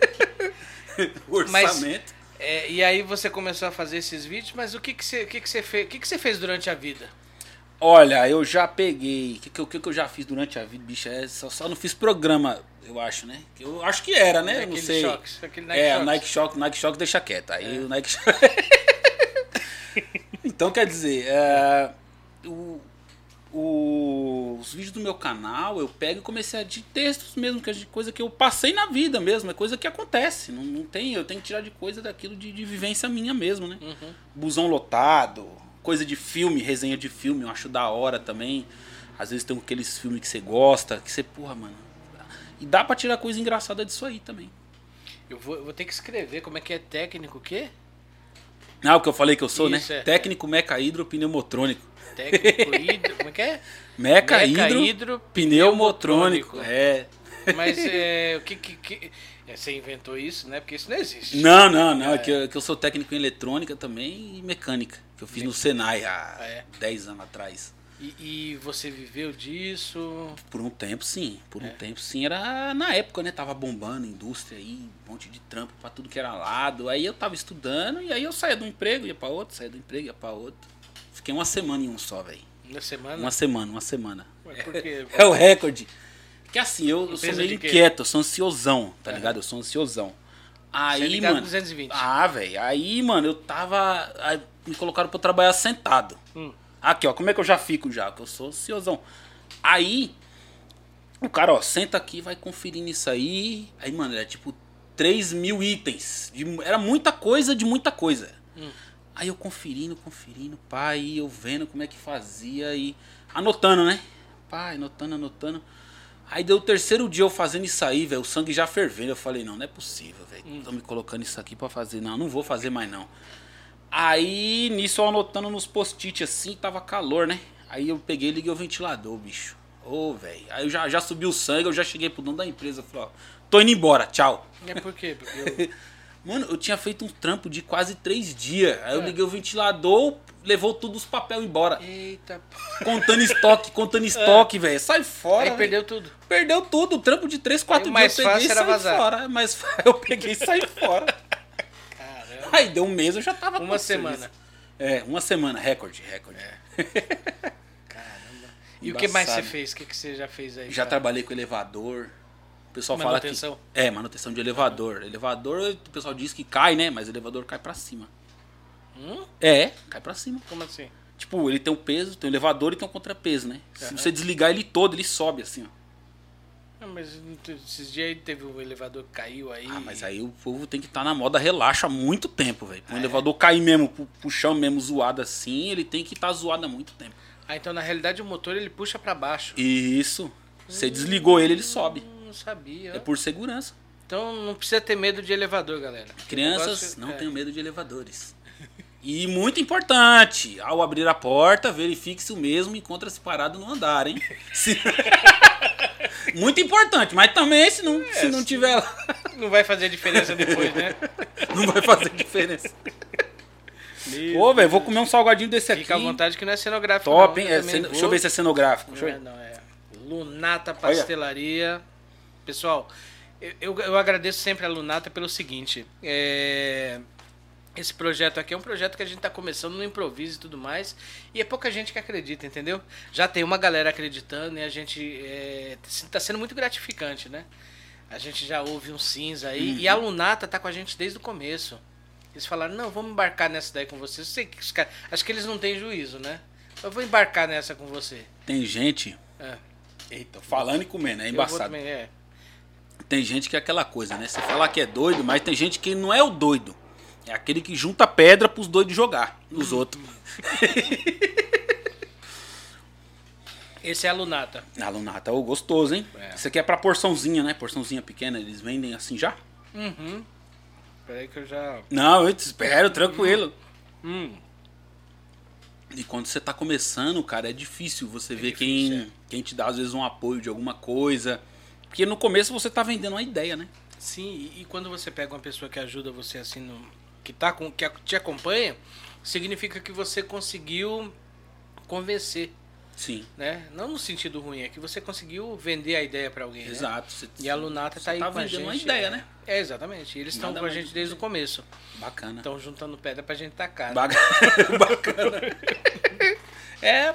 O orçamento. É, e aí você começou a fazer esses vídeos, mas o que que você, o que que você fez? O que que você fez durante a vida? Olha, eu já peguei. O que, que, eu- que, que eu já fiz durante a vida, bicho? É, só, só não fiz programa, eu acho, né? Eu acho que era, né? Eu não Aquele sei. Shox, aquele Nike é, Shox. o Nike Shox, Nike Shox deixa quieto. Aí o Nike Shox. Então, quer dizer, é, o- o- os vídeos do meu canal eu pego e comecei a de textos mesmo, que é de coisa que eu passei na vida mesmo, é coisa que acontece. Não, não tem, eu tenho que tirar de coisa daquilo de, de vivência minha mesmo, né? Uhum. Busão lotado, coisa de filme, resenha de filme, eu acho da hora também. Às vezes tem aqueles filmes que você gosta, que você, porra, mano. E dá pra tirar coisa engraçada disso aí também. Eu vou, eu vou ter que escrever como é que é técnico o quê? Ah, o que eu falei que eu sou, Isso, né? é. Técnico meca hidropneumotrônico. Técnico hidro... Como é que é? Meca, Meca hidro, hidro pneumotrônico. pneumotrônico. É. Mas é, o que que... que- é, você inventou isso, né? Porque isso não existe. Não, não, não. É, É. que, eu, que eu sou técnico em eletrônica também e mecânica. Que eu fiz no Senai há É. dez anos atrás. E, e você viveu disso? Por um tempo, sim. Por um É. tempo, sim. Era na época, né? Tava bombando indústria aí, um monte de trampo pra tudo que era lado. Aí eu tava estudando e aí eu saía de um emprego, ia pra outro, saía do emprego, ia pra outro. Fiquei uma semana em um só, velho. Na semana? Uma semana, uma semana. Ué, por quê? É o recorde. Porque assim, eu, eu sou Empresa meio de quê? inquieto, eu sou ansiosão, tá Aham. ligado? Eu sou ansiosão. Você é Aí, ligado mano. no duzentos e vinte. Ah, velho. Aí, mano, eu tava. Aí me colocaram pra eu trabalhar sentado. Hum. Aqui, ó, como é que eu já fico já? Que eu sou ansiosão. Aí, o cara, ó, senta aqui, vai conferindo isso aí. Aí, mano, era tipo três mil itens. De- era muita coisa de muita coisa. Hum. Aí eu conferindo, conferindo, pai, e eu vendo como é que fazia e anotando, né? Pai, anotando, anotando. Aí deu o terceiro dia eu fazendo isso aí, velho, o sangue já fervendo. Eu falei, não, não é possível, velho. Estão me colocando isso aqui pra fazer. Não, não vou fazer mais não. Aí, nisso eu anotando nos post-it assim, tava calor, né? Aí eu peguei e liguei o ventilador, bicho. Ô, velho. Aí eu já, já subi o sangue, eu já cheguei pro dono da empresa. Falei, ó, tô indo embora, tchau. É por quê? Porque eu... Mano, eu tinha feito um trampo de quase três dias. Aí eu É. liguei o ventilador, levou tudo os papéis embora. Eita, Contando estoque, contando estoque, velho. Sai fora. aí véio. perdeu tudo. Perdeu tudo. O trampo de três, quatro Aí o dias mais eu peguei fácil e era saí vazar. fora. Mas eu peguei e saí fora. Caramba. Aí deu um mês, eu já tava Uma com semana. serviço. É, uma semana. Recorde, recorde. Caramba. E o que mais você Embaçado. fez? O que, que você já fez aí? Já cara? trabalhei com elevador. O pessoal Manutenção? fala que... É, manutenção de elevador. Elevador, o pessoal diz que cai, né? Mas o elevador cai pra cima. Hum? É, cai pra cima. Como assim? Tipo, ele tem um peso, tem um elevador e tem um contrapeso, né? Se Aham. você desligar ele todo, ele sobe assim, ó. Ah, mas esses dias aí teve um elevador que caiu aí. Ah, mas aí o povo tem que estar na moda relaxa há muito tempo, velho. Pra um Ah, é? elevador cair mesmo, pro, pro chão mesmo zoado assim, ele tem que estar zoado há muito tempo. Ah, então na realidade o motor ele puxa pra baixo. Isso. Você desligou ele, ele sobe. Hum, Não sabia. É por segurança. Então não precisa ter medo de elevador, galera. Crianças, O negócio- não é. tenham medo de elevadores. E muito importante, ao abrir a porta, verifique se o mesmo encontra-se parado no andar, hein? Se- Muito importante, mas também se não, se não tiver lá, Não vai fazer diferença depois, né? não vai fazer diferença. Meu Pô, velho, vou comer um salgadinho desse aqui. Fica à vontade que não é cenográfico. Top, não. hein? É também ceno- vou. Deixa eu ver se é cenográfico. Deixa Não eu é, ver. não é. Lunata Pastelaria. Pessoal, eu, eu, eu agradeço sempre a Lunata pelo seguinte. É, esse projeto aqui é um projeto que a gente tá começando no improviso e tudo mais. E é pouca gente que acredita, entendeu? Já tem uma galera acreditando e a gente é, tá sendo muito gratificante, né? A gente já ouve um cinza aí. Uhum. E a Lunata tá com a gente desde o começo. Eles falaram, não, vamos embarcar nessa daí com você. Eu sei que os caras, acho que eles não têm juízo, né? Eu vou embarcar nessa com você. Tem gente. É. Eita, falando e comendo, é Eu vou embaçado. também, é. Tem gente que é aquela coisa, né? Você fala que é doido, mas tem gente que não é o doido. É aquele que junta pedra pros doidos jogar nos outros. Esse é a Lunata. A Lunata é o gostoso, hein? É. Isso aqui é pra porçãozinha, né? Porçãozinha pequena, eles vendem assim já? Uhum. Peraí que eu já... Não, eu te espero, tranquilo. Hum. E quando você tá começando, cara, é difícil você ver difícil, quem, é. quem te dá, às vezes, um apoio de alguma coisa. Porque no começo você tá vendendo uma ideia, né? Sim, e, e quando você pega uma pessoa que ajuda você assim, no, que, tá com, que a- te acompanha, significa que você conseguiu convencer, Sim, né? Não no sentido ruim, é que você conseguiu vender a ideia pra alguém, né? exato. Você, E a Lunata você tá aí tá com a vendendo gente. uma ideia, é. né? É, exatamente. E eles estão Nada com a mais gente do desde o que- começo. Bacana. Estão juntando pedra pra gente tacar. né? Baga- Bacana. É,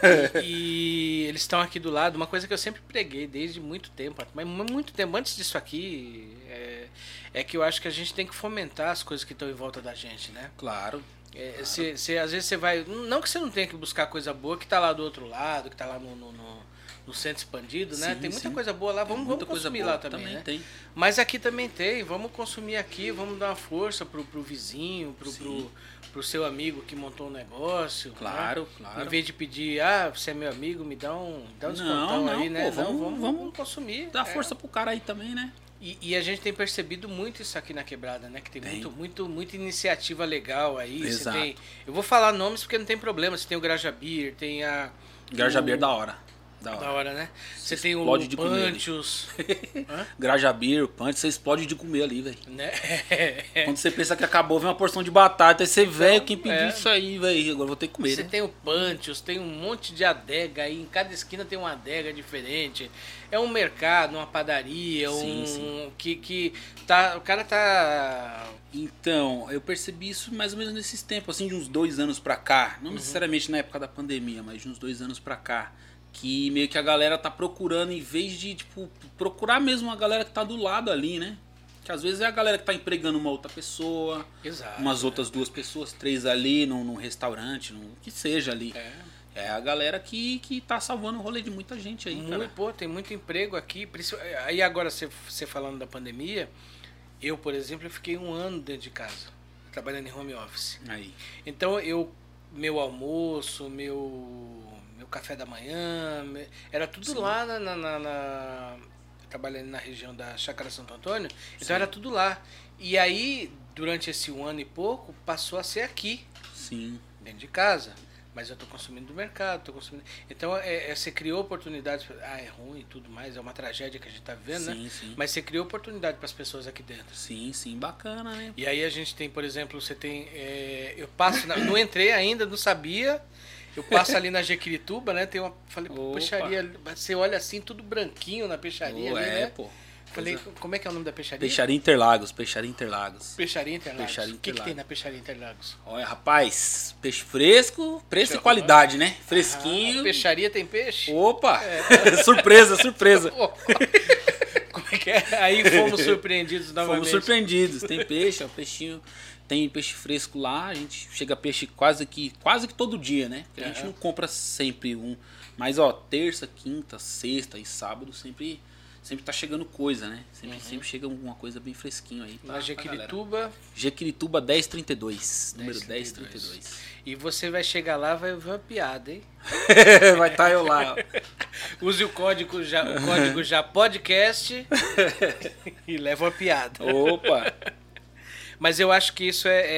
e eles estão aqui do lado. Uma coisa que eu sempre preguei desde muito tempo, mas muito tempo antes disso aqui, é, é que eu acho que a gente tem que fomentar as coisas que estão em volta da gente, né? Claro. É, cê- cê- às vezes você vai. Não que você não tenha que buscar coisa boa que tá lá do outro lado, que tá lá no, no, no- no centro expandido, né? Sim, tem muita sim. coisa boa lá, vamos, Muita vamos coisa consumir boa. lá também, né? tem. Mas aqui também tem, vamos consumir aqui, vamos dar uma força pro, pro vizinho, pro, Sim. pro, pro seu amigo que montou um negócio. Claro, né? claro. Em vez de pedir, ah, você é meu amigo, me dá um, dá um Não, descontão não, aí, né? pô, não, vamos- vamos, vamos vamos consumir. Dá é. força pro cara aí também, né? E, e a gente tem percebido muito isso aqui na Quebrada, né? Que tem, Tem. Muito, muito, muita iniciativa legal aí. Você Exato. tem, eu vou falar nomes porque não tem problema. Você tem o Grajabir, tem a... Garjabir o- da hora. Da Da hora. hora, né? Você tem o explode de comer ali. Panchos, Hã? Grajabir, punch, você explode de comer ali, velho. né? Quando você pensa que acabou, vem uma porção de batata. Aí você, velho, quem pediu é. isso aí, velho? Agora eu vou ter que comer, Você né? tem o Panchos, tem um monte de adega aí, em cada esquina tem uma adega diferente. É um mercado, uma padaria, Sim, um sim. que que tá, o cara tá Então, eu percebi isso mais ou menos nesses tempos, assim, de uns dois anos pra cá. Uhum. Não necessariamente na época da pandemia, mas de uns dois anos pra cá. Que meio que a galera tá procurando, em vez de, tipo, procurar mesmo a galera que tá do lado ali, né? Que às vezes é a galera que tá empregando uma outra pessoa, exato. umas outras duas pessoas, três ali, num, num restaurante, num que seja ali. É. É a galera que, que tá salvando o rolê de muita gente aí, Muito, cara. pô, tem muito emprego aqui. princi- Aí agora você, você falando da pandemia, eu, por exemplo, eu fiquei um ano dentro de casa, trabalhando em home office. Aí. Então eu, meu almoço, meu, meu café da manhã, me- era tudo Sim. lá na, na, na- na- trabalhando na região da Chácara Santo Antônio, então Sim. era tudo lá. E aí, durante esse um ano e pouco, passou a ser aqui, Sim. dentro de casa. Mas eu tô consumindo do mercado, tô consumindo. Então, é, é, você criou oportunidades. Ah, é ruim e tudo mais, é uma tragédia que a gente tá vivendo, Sim, né? sim. Mas você criou oportunidade para as pessoas aqui dentro. Sim, sim, bacana, né? E aí a gente tem, por exemplo, você tem. É, eu passo. Na, não entrei ainda, não sabia. Eu passo ali na Jequirituba, né? Tem uma. Falei, Opa. peixaria. Você olha assim, tudo branquinho na peixaria Oh, ali, é, né? pô. Falei, como é que é o nome da peixaria? Peixaria Interlagos, Peixaria Interlagos. Peixaria Interlagos. Peixaria O que, que Interlagos. tem na Peixaria Interlagos? Olha, rapaz, peixe fresco, preço Deixa e eu- qualidade, né? Ah, Fresquinho. peixaria tem peixe? Opa! surpresa, surpresa. Como é que é? Aí fomos surpreendidos novamente. Fomos surpreendidos. Tem peixe, ó, peixinho. Tem peixe fresco lá, a gente chega peixe quase que quase que todo dia, né? Porque a gente Aham. não compra sempre um. Mas ó, terça, quinta, sexta e sábado sempre sempre tá chegando coisa, né? Sempre, sempre chega alguma coisa bem fresquinho aí. pra- Na pra Jequirituba. galera. Jequirituba dez trinta e dois, número dez dez trinta e trinta e dois. dois. E você vai chegar lá, vai ver uma piada, hein? Vai estar eu lá. Use o código já, o código já podcast e leva uma piada. Opa! Mas eu acho que isso é,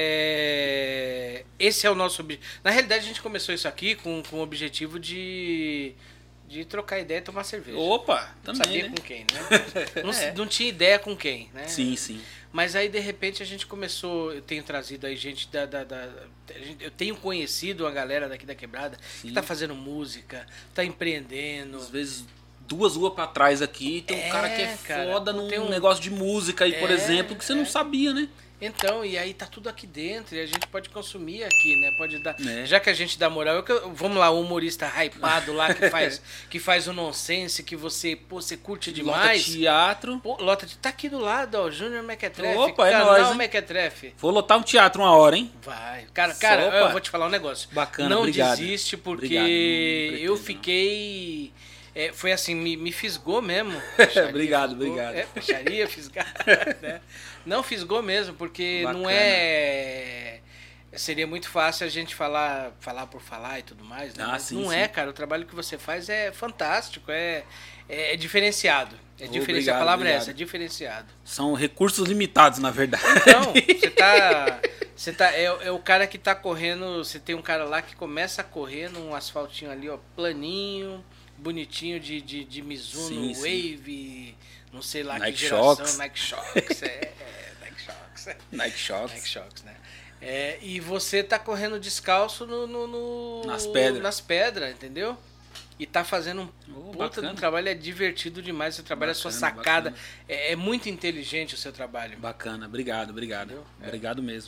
é- esse é o nosso objetivo. Na realidade, a gente começou isso aqui com, com o objetivo de, de trocar ideia e tomar cerveja. Opa! Não Também, sabia né? com quem, né? Não, É. não tinha ideia com quem, né? Sim, sim. Mas aí, de repente, a gente começou... Eu tenho trazido aí gente da... da, da- a gente- eu tenho conhecido a galera daqui da Quebrada Sim. que tá fazendo música, tá empreendendo. Às vezes, duas ruas pra trás aqui, tem um É, cara que é cara, foda num tem um- negócio de música aí, por É, exemplo, que você é. não sabia, né? Então, e aí tá tudo aqui dentro e a gente pode consumir aqui, né? Pode dar. É. Já que a gente dá moral, eu que eu- vamos lá, o humorista hypado lá que faz, que faz o nonsense, que você, pô, você curte Lota demais. teatro. Pô, Lota, de- tá aqui do lado, ó, Júnior Mequetrefe, Opa, é canal nóis, hein? Mequetrefe. Vou lotar um teatro uma hora, hein? Vai. Cara, cara, Opa. eu vou te falar um negócio. Bacana, Não obrigado. desiste, porque Obrigado, não pretendo, eu não. fiquei... é, foi assim, me, me fisgou mesmo. Obrigado, fisgou. obrigado. É, peixaria, fisgar. Né? Não fisgou mesmo, porque não Bacana. é... Seria muito fácil a gente falar, falar por falar e tudo mais, né? Ah, Mas sim, não sim. é, cara. O trabalho que você faz é fantástico, é, é, é diferenciado. É Oh, diferenciado. obrigado, A palavra é obrigado. essa, é diferenciado. São recursos limitados, na verdade. Então, você tá. Você tá. É, é o cara que tá correndo. Você tem um cara lá que começa a correr num asfaltinho ali, ó, planinho, bonitinho de, de, de Mizuno, Sim, sim. Wave, não sei lá Nike que geração, Shox. Nike Shox, é, é, Nike Shox, é. Nike Shox. Nike Shox, né? É, e você tá correndo descalço no, no- no- Nas pedras. nas pedras, entendeu? E tá fazendo um Oh, puta bacana. de um trabalho, é divertido demais. Você trabalha a sua Bacana, sacada. bacana. É, é muito inteligente o seu trabalho. Bacana, obrigado, obrigado. Entendeu? É. Obrigado mesmo.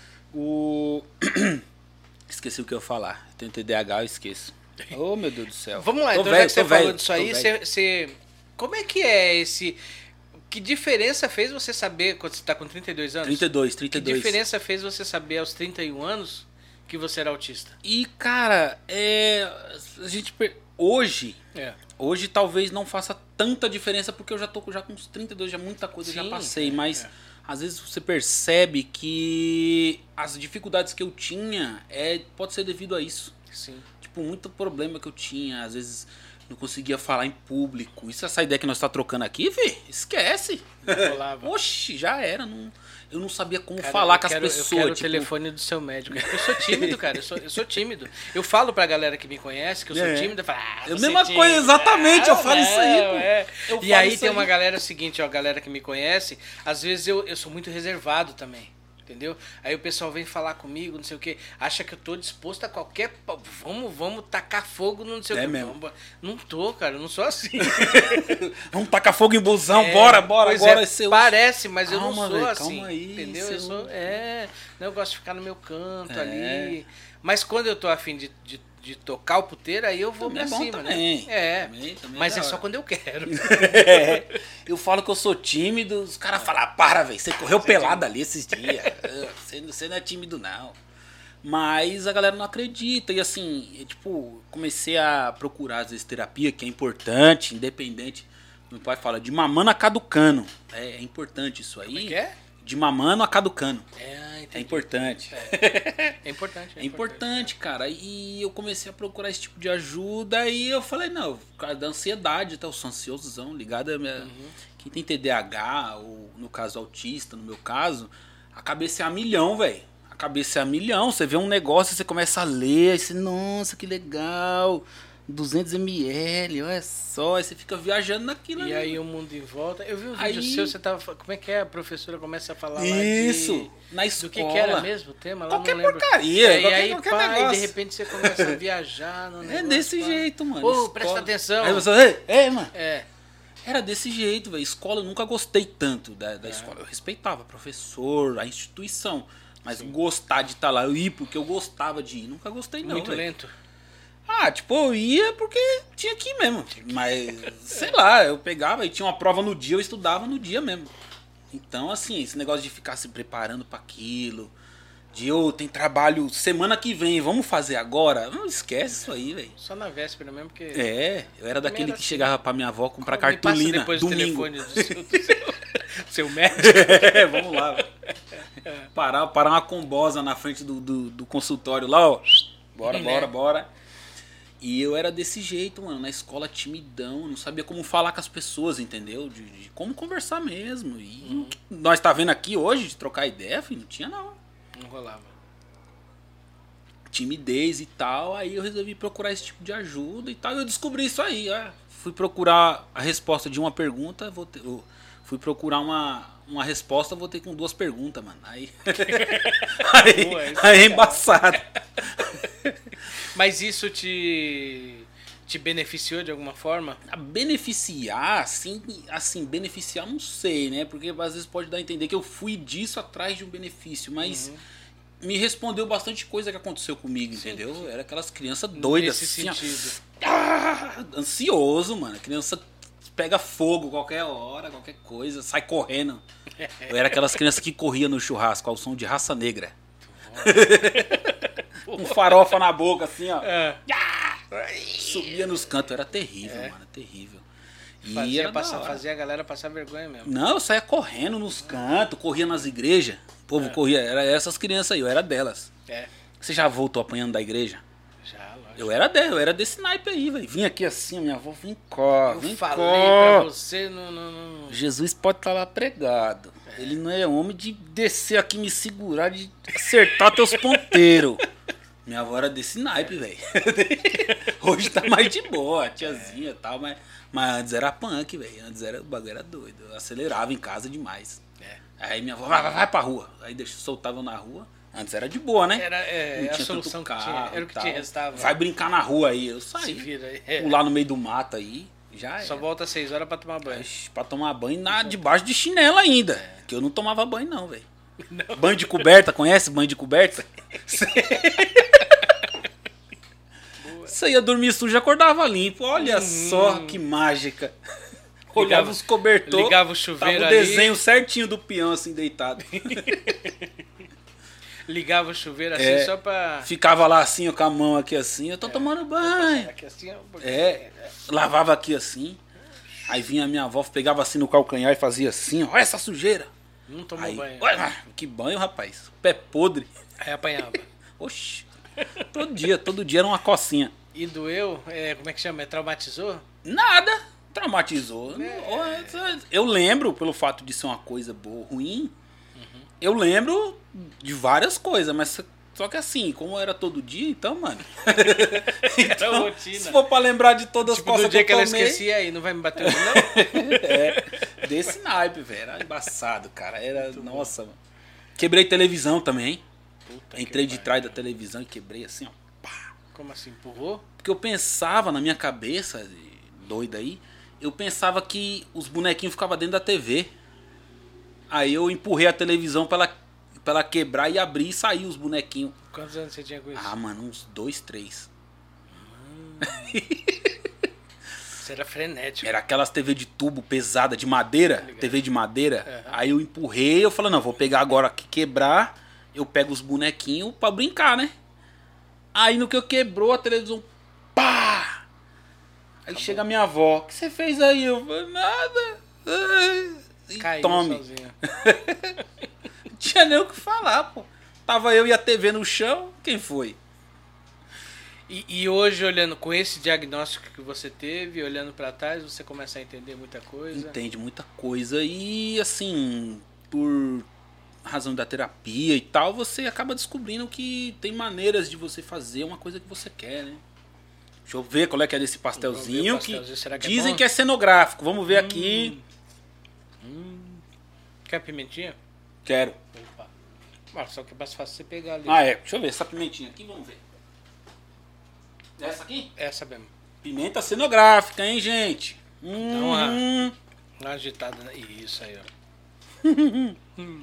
O... Esqueci o que eu ia falar. Eu tenho T D A H, eu esqueço. Oh, meu Deus do céu. Vamos lá, Tô então velho, já que você tô falou velho, disso tô aí, velho. você, você- como é que é esse... Que diferença fez você saber, quando você está com trinta e dois anos? trinta e dois, trinta e Que dois. diferença fez você saber aos trinta e um anos que você era autista? E, cara, é... a gente... per- Hoje... É. Hoje talvez não faça tanta diferença porque eu já tô com- já com uns trinta e dois, já muita coisa eu já Sim, passei, é, mas é. às vezes você percebe que as dificuldades que eu tinha é, pode ser devido a isso. Sim. Tipo, muito problema que eu tinha, às vezes não conseguia falar em público. Isso, essa ideia que nós tá trocando aqui, fi, esquece. Não rolava. Oxi, já era. Não, eu não sabia como Cara, falar eu com as quero- pessoas. Eu quero tipo, o telefone do seu médico. Eu sou tímido, cara. Eu sou, eu sou tímido. Eu falo pra galera que me conhece que eu sou É. tímido. Eu falo, ah, É a você mesma tímido. coisa, exatamente, eu falo isso aí, pô. é. Eu E falo aí isso tem aí. uma galera seguinte, ó, a galera que me conhece, às vezes eu, eu sou muito reservado também. Entendeu? Aí o pessoal vem falar comigo, não sei o que, acha que eu tô disposto a qualquer. pa- Vamos, vamos tacar fogo no não sei É o que. mesmo. Vamos- Não tô, cara, eu não sou assim. Vamos tacar fogo em busão, É, bora, bora, pois agora é, é seu. parece, mas eu não Calma, sou velho, assim. calma aí, entendeu? seu- Eu sou. É. Não, eu gosto de ficar no meu canto É. ali. Mas quando eu tô afim de, de, de tocar o puteiro, aí eu vou Também pra é bom cima, também. né? É. Também- também mas é é da só hora. quando eu quero. É, eu falo que eu sou tímido, os caras falam, ah, para, velho, você correu pelado ali esses dias. Ah, Você, você não é tímido, não. Mas a galera não acredita. E assim, eu, tipo, comecei a procurar, às vezes, terapia, que é importante, independente. Meu pai fala, de mamando a caducano. É, é importante isso aí. Como é que é? De mamando a caducano. É, entendi. É importante. É importante. É importante, cara. E eu comecei a procurar esse tipo de ajuda e eu falei, não, por causa da ansiedade, tá? Eu sou ansiosozão, ligado a minha... Quem tem T D A H, ou no caso autista, no meu caso, a cabeça é a milhão, velho. A cabeça é a milhão. Você vê um negócio, você começa a ler, aí você, nossa, que legal. duzentos mililitros, olha só. Aí você fica viajando naquilo. E ali. aí o mundo em volta. Eu vi um Aí- vídeo seu, você tava. Como é que é? A professora começa a falar Isso, lá de... na Do escola. que, que era mesmo o tema? Lá Qualquer não lembro. porcaria, É, e qualquer- aí, qualquer pá, e de negócio. repente você começa a viajar no É negócio, desse pá. jeito, mano. Ô, escola. presta atenção. Aí você, ei, ei, mano. É. Era desse jeito, velho. Escola eu nunca gostei tanto da, da É. escola. Eu respeitava o professor, a instituição. Mas gostar de estar lá, eu ir porque eu gostava de ir. Nunca gostei, não. Muito velho. lento. Ah, tipo, eu ia porque tinha que ir mesmo. Mas, sei lá, eu pegava e tinha uma prova no dia, eu estudava no dia mesmo. Então, assim, esse negócio de ficar se preparando para aquilo, de, ô, tem trabalho semana que vem, vamos fazer agora? Não esquece isso aí, velho. Só na véspera mesmo, porque. É, eu era daquele era que assim. chegava pra minha avó comprar Me passa cartolina depois domingo. o telefone do seu, do seu, seu médico. É, vamos lá. velho. Parar, parar uma combosa na frente do, do, do consultório lá, ó. Bora, Né? bora, bora. E eu era desse jeito, mano, na escola timidão, não sabia como falar com as pessoas, entendeu? De, de como conversar mesmo. E Uhum. o que nós tá vendo aqui hoje, de trocar ideia, filho, não tinha não. Não rolava. Timidez e tal, aí eu resolvi procurar esse tipo de ajuda e tal, e eu descobri isso aí, ó. Fui procurar a resposta de uma pergunta, vou ter, eu fui procurar uma, uma resposta, vou ter com duas perguntas, mano. Aí, aí, Boa, isso, aí é cara. embaçado. Mas isso te. te beneficiou de alguma forma? A beneficiar, assim, assim, beneficiar não sei, né? Porque às vezes pode dar a entender que eu fui disso atrás de um benefício, mas Uhum. me respondeu bastante coisa que aconteceu comigo, entendeu? Era aquelas crianças doidas, Nesse assim, ó. sentido. Ah, ansioso, mano. A criança pega fogo qualquer hora, qualquer coisa, sai correndo. Eu era aquelas crianças que corria no churrasco ao som de Raça Negra. Com farofa na boca, assim, ó. É. Subia nos cantos. Era terrível, É. mano. Terrível. E Fazia, era da passar, hora. fazia a galera passar vergonha mesmo. Não, eu saía correndo nos cantos, corria nas igrejas. O povo É. corria. Era essas crianças aí, eu era delas. É. Você já voltou apanhando da igreja? Já, lógico. Eu era dela, eu era desse naipe aí, velho. Vinha aqui assim, a minha avó, vem cá, Eu vem falei cá. pra você no. no, no- Jesus pode estar lá pregado. Ele não é homem de descer aqui, me segurar, de acertar teus ponteiros. Minha avó era desse naipe, velho. Hoje tá mais de boa, a tiazinha e tal, mas, mas antes era punk, velho. Antes era, o bagulho era doido. Eu acelerava em casa demais. É. Aí minha avó, vai, vai, vai pra rua. Aí deixa, soltava eu na rua. Antes era de boa, né? Era é, Não a tinha solução tanto que tinha. carro Era o e que tal. tinha, restava. Vai brincar na rua aí. Eu Se saí. vira aí. É. Pular no meio do mato aí. Já Só era. volta às seis horas pra tomar banho. Ixi, pra tomar banho na, debaixo de chinelo ainda. Que eu não tomava banho, não, velho. Banho de coberta, conhece banho de coberta? Você ia dormir sujo e acordava limpo. Olha Uhum. só que mágica. Olhava Ligava- os cobertores. ligava o chuveiro tava o ali. desenho certinho do peão assim deitado. Ligava o chuveiro assim É. só pra. Ficava lá assim, ó, com a mão aqui assim. Eu tô tomando banho. Aqui assim, ó, um pouquinho. É, lavava aqui assim. Aí vinha a minha avó, pegava assim no calcanhar e fazia assim, ó, olha essa sujeira. Não tomou Aí, banho. olha, que banho, rapaz. Pé podre. Aí apanhava. Oxi. Todo dia, todo dia era uma cocinha. E doeu? É, como é que chama? É, traumatizou? Nada. Traumatizou. É. Eu lembro, pelo fato de ser uma coisa boa, ruim, eu lembro de várias coisas, mas só que assim, como era todo dia, então, mano. então, rotina. se for pra lembrar de todas as Tipo, costas do dia que eu ela tomei, esquecia aí, não vai me bater hoje, não? É, desse naipe, velho. Era embaçado, cara. Era, nossa, mano. Quebrei televisão também. Puta Entrei que de pariu. trás da televisão e quebrei assim, ó. Pá. Como assim? Empurrou? Porque eu pensava na minha cabeça, doida aí, eu pensava que os bonequinhos ficavam dentro da T V. Aí eu empurrei a televisão pra ela, pra ela quebrar e abrir e sair os bonequinhos. Quantos anos você tinha com isso? Ah, mano, uns dois, três. Você era frenético. Era aquelas T V de tubo pesada, de madeira, ligado. T V de madeira. Uhum. Aí eu empurrei, eu falei, não, vou pegar agora que quebrar, eu pego os bonequinhos pra brincar, né? Aí no que eu quebrou a televisão, pá! Aí chega a minha avó, o que você fez aí? Eu falei, nada. Ai, e Caiu tome. sozinho. Não tinha nem o que falar, pô. Tava eu e a T V no chão, quem foi? E, e hoje, olhando com esse diagnóstico que você teve, olhando pra trás, você começa a entender muita coisa. Entende muita coisa e assim, por razão da terapia e tal, você acaba descobrindo que tem maneiras de você fazer uma coisa que você quer, né? Deixa eu ver qual é que é desse pastelzinho, pastelzinho. que, que dizem é que é cenográfico. Vamos ver hum. aqui. Hum. Quer pimentinha? Quero. Opa. Mas só que é mais fácil você pegar ali. Ah, é. Deixa eu ver essa pimentinha aqui, vamos ver. Essa aqui? Essa mesmo. Pimenta cenográfica, hein, gente? Hum. Dá uma, uma agitada. Isso aí, ó. hum.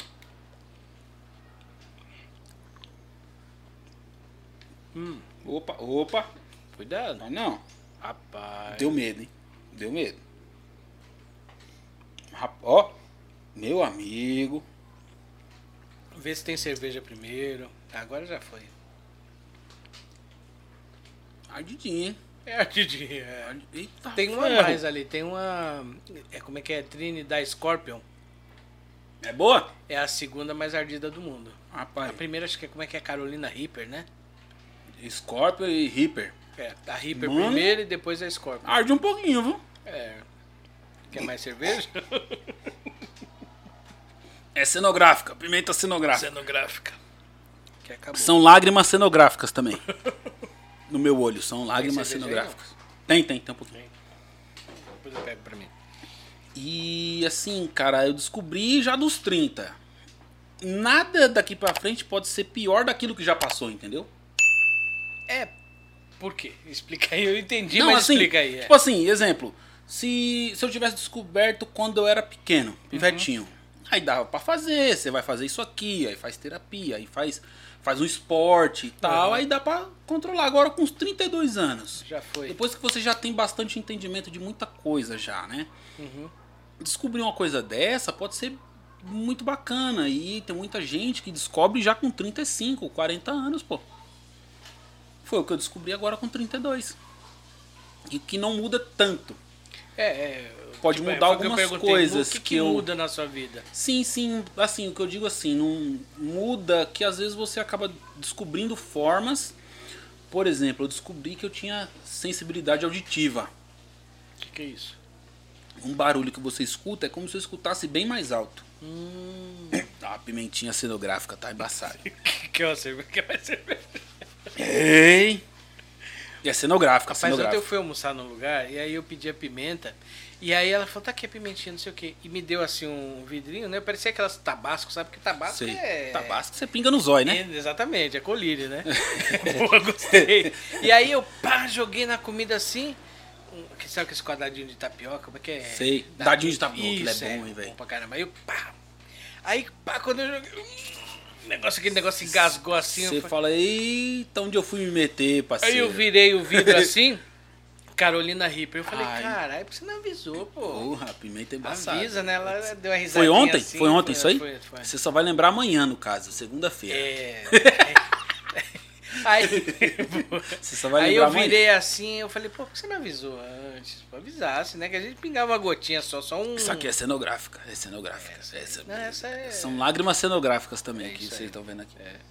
Hum. Opa, opa. Cuidado. Não, não. Rapaz. Deu medo, hein? Deu medo. Ó. Meu amigo. Vê se tem cerveja primeiro. Agora já foi. Ardidinho, hein? É ardidinho, é. Eita, tem uma ferro. mais ali. Tem uma... É, como é que é? Trini da Scorpion. É boa? É a segunda mais ardida do mundo. Rapaz. A primeira acho que é como é que é Carolina Reaper, né? Scorpion e Reaper. É, a Reaper Mano, primeiro e depois a Scorpion. Arde um pouquinho, viu? É. Quer mais cerveja? É cenográfica, pimenta cenográfica. Cenográfica. Que acabou. São lágrimas cenográficas também. No meu olho, são lágrimas tem cenográficas. Tem, tem, tem um pouquinho. Tem. Depois eu pego pra mim. E assim, cara, eu descobri já dos trinta. Nada daqui pra frente pode ser pior daquilo que já passou, entendeu? É, por quê? Explica aí, eu entendi, Não, mas assim, explica aí. É. Tipo assim, exemplo, se, se eu tivesse descoberto quando eu era pequeno, pivetinho, uhum. aí dava pra fazer, você vai fazer isso aqui, aí faz terapia, aí faz, faz um esporte e tal, uhum. aí dá pra controlar. Agora com uns trinta e dois anos, já foi. Depois que você já tem bastante entendimento de muita coisa já, né? Uhum. Descobrir uma coisa dessa pode ser muito bacana, e tem muita gente que descobre já com trinta e cinco, quarenta anos, pô. Foi o que eu descobri agora com trinta e dois. E que não muda tanto. É, é pode tipo, mudar algumas coisas. O que, que, que eu... muda na sua vida? Sim, sim. Assim, o que eu digo assim, não muda que às vezes você acaba descobrindo formas. Por exemplo, eu descobri que eu tinha sensibilidade auditiva. O que, que é isso? Um barulho que você escuta é como se eu escutasse bem mais alto. Hum. Ah, a pimentinha cenográfica tá embaçada. Que é uma cerveja? Que é cerveja? Ei! E é cenográfica, Rapaz, cenográfica. ontem eu fui almoçar num lugar e aí eu pedi a pimenta. E aí ela falou, tá aqui a pimentinha, não sei o que. E me deu assim um vidrinho, né? Parecia aquelas tabasco, sabe? Porque tabasco Sei. é... Tabasco você pinga no zóio, né? É, exatamente, é colírio, né? Boa, gostei. E aí eu, pá, joguei na comida assim... Que sabe que esse quadradinho de tapioca, como é que é? Sei, dadinho de tapioca, ele é bom, é, hein, velho. Bom pra caramba. Aí eu, pá. Aí, pá, quando eu joguei. Hum, negócio, aquele negócio engasgou assim. Você fala, eita, onde eu fui me meter, parceiro? Aí eu virei o vidro assim, Carolina Reaper. Eu falei, Ai. caralho, por que você não avisou, pô? Porra, a pimenta é embaçada. Avisa, né? Ela deu uma risadinha. Foi ontem? Assim, foi ontem foi, isso aí? Foi, foi. Você só vai lembrar amanhã, no caso, segunda-feira. É. Aí, você só vai aí lembrar eu virei amanhã. assim, eu falei, pô, por que você não avisou antes? Pô, avisasse, né? Que a gente pingava uma gotinha só, só um... Isso aqui é cenográfica, é cenográfica. Essa, essa, não, essa é... São lágrimas cenográficas também, É que isso vocês aí. estão vendo aqui. É.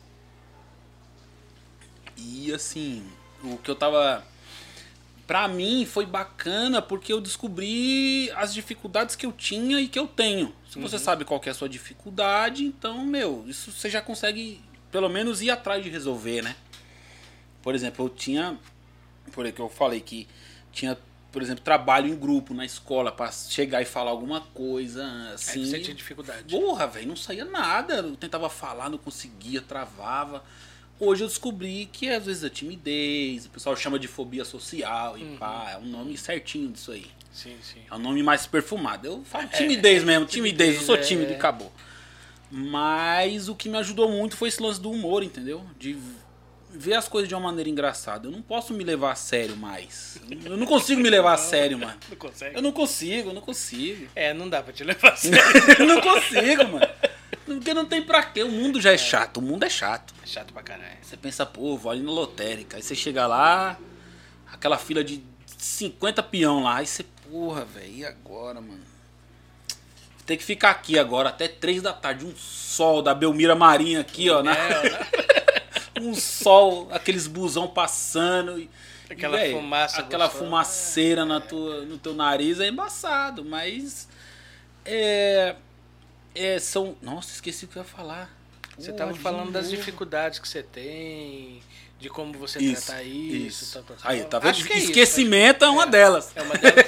E assim, o que eu tava... Pra mim foi bacana porque eu descobri as dificuldades que eu tinha e que eu tenho. Se você Uhum. sabe qual que é a sua dificuldade, então, meu, isso você já consegue pelo menos ir atrás de resolver, né? Por exemplo, eu tinha, por exemplo, eu falei que tinha, por exemplo, trabalho em grupo na escola pra chegar e falar alguma coisa assim. Aí você tinha dificuldade. Porra, velho, não saía nada. Eu tentava falar, não conseguia, travava. Hoje eu descobri que às vezes é timidez, o pessoal chama de fobia social e Uhum. pá, é um nome certinho disso aí. Sim, sim. É um nome mais perfumado. Eu falo timidez mesmo, timidez, eu sou timidez, tímido é. e acabou. Mas o que me ajudou muito foi esse lance do humor, entendeu? De ver as coisas de uma maneira engraçada. Eu não posso me levar a sério mais. Eu não consigo me levar a sério, mano. Não consegue? Eu não consigo, eu não consigo. É, não dá pra te levar a sério. Eu não consigo, mano. Porque não tem pra quê. O mundo já é chato. O mundo é chato. É chato pra caralho. Você pensa, pô, vou ali na lotérica. Aí você chega lá, aquela fila de cinquenta peão lá. Aí você, porra, velho, e agora, mano? Tem que ficar aqui agora até três da tarde. Um sol da Belmira Marinha aqui, ó. Na... É, né? Um sol, aqueles busão passando. E, Aquela e, véio, fumaça aquela gostosa. fumaceira na tua, no teu nariz é embaçado. Mas é, É, são... Nossa, esqueci o que eu ia falar. Você Pô, tava de falando das novo. dificuldades que você tem, de como você Isso, trata isso. isso. Tal, tal, tal. Aí, tá vendo? Acho que é isso, Esquecimento acho que- é uma delas. É uma delas.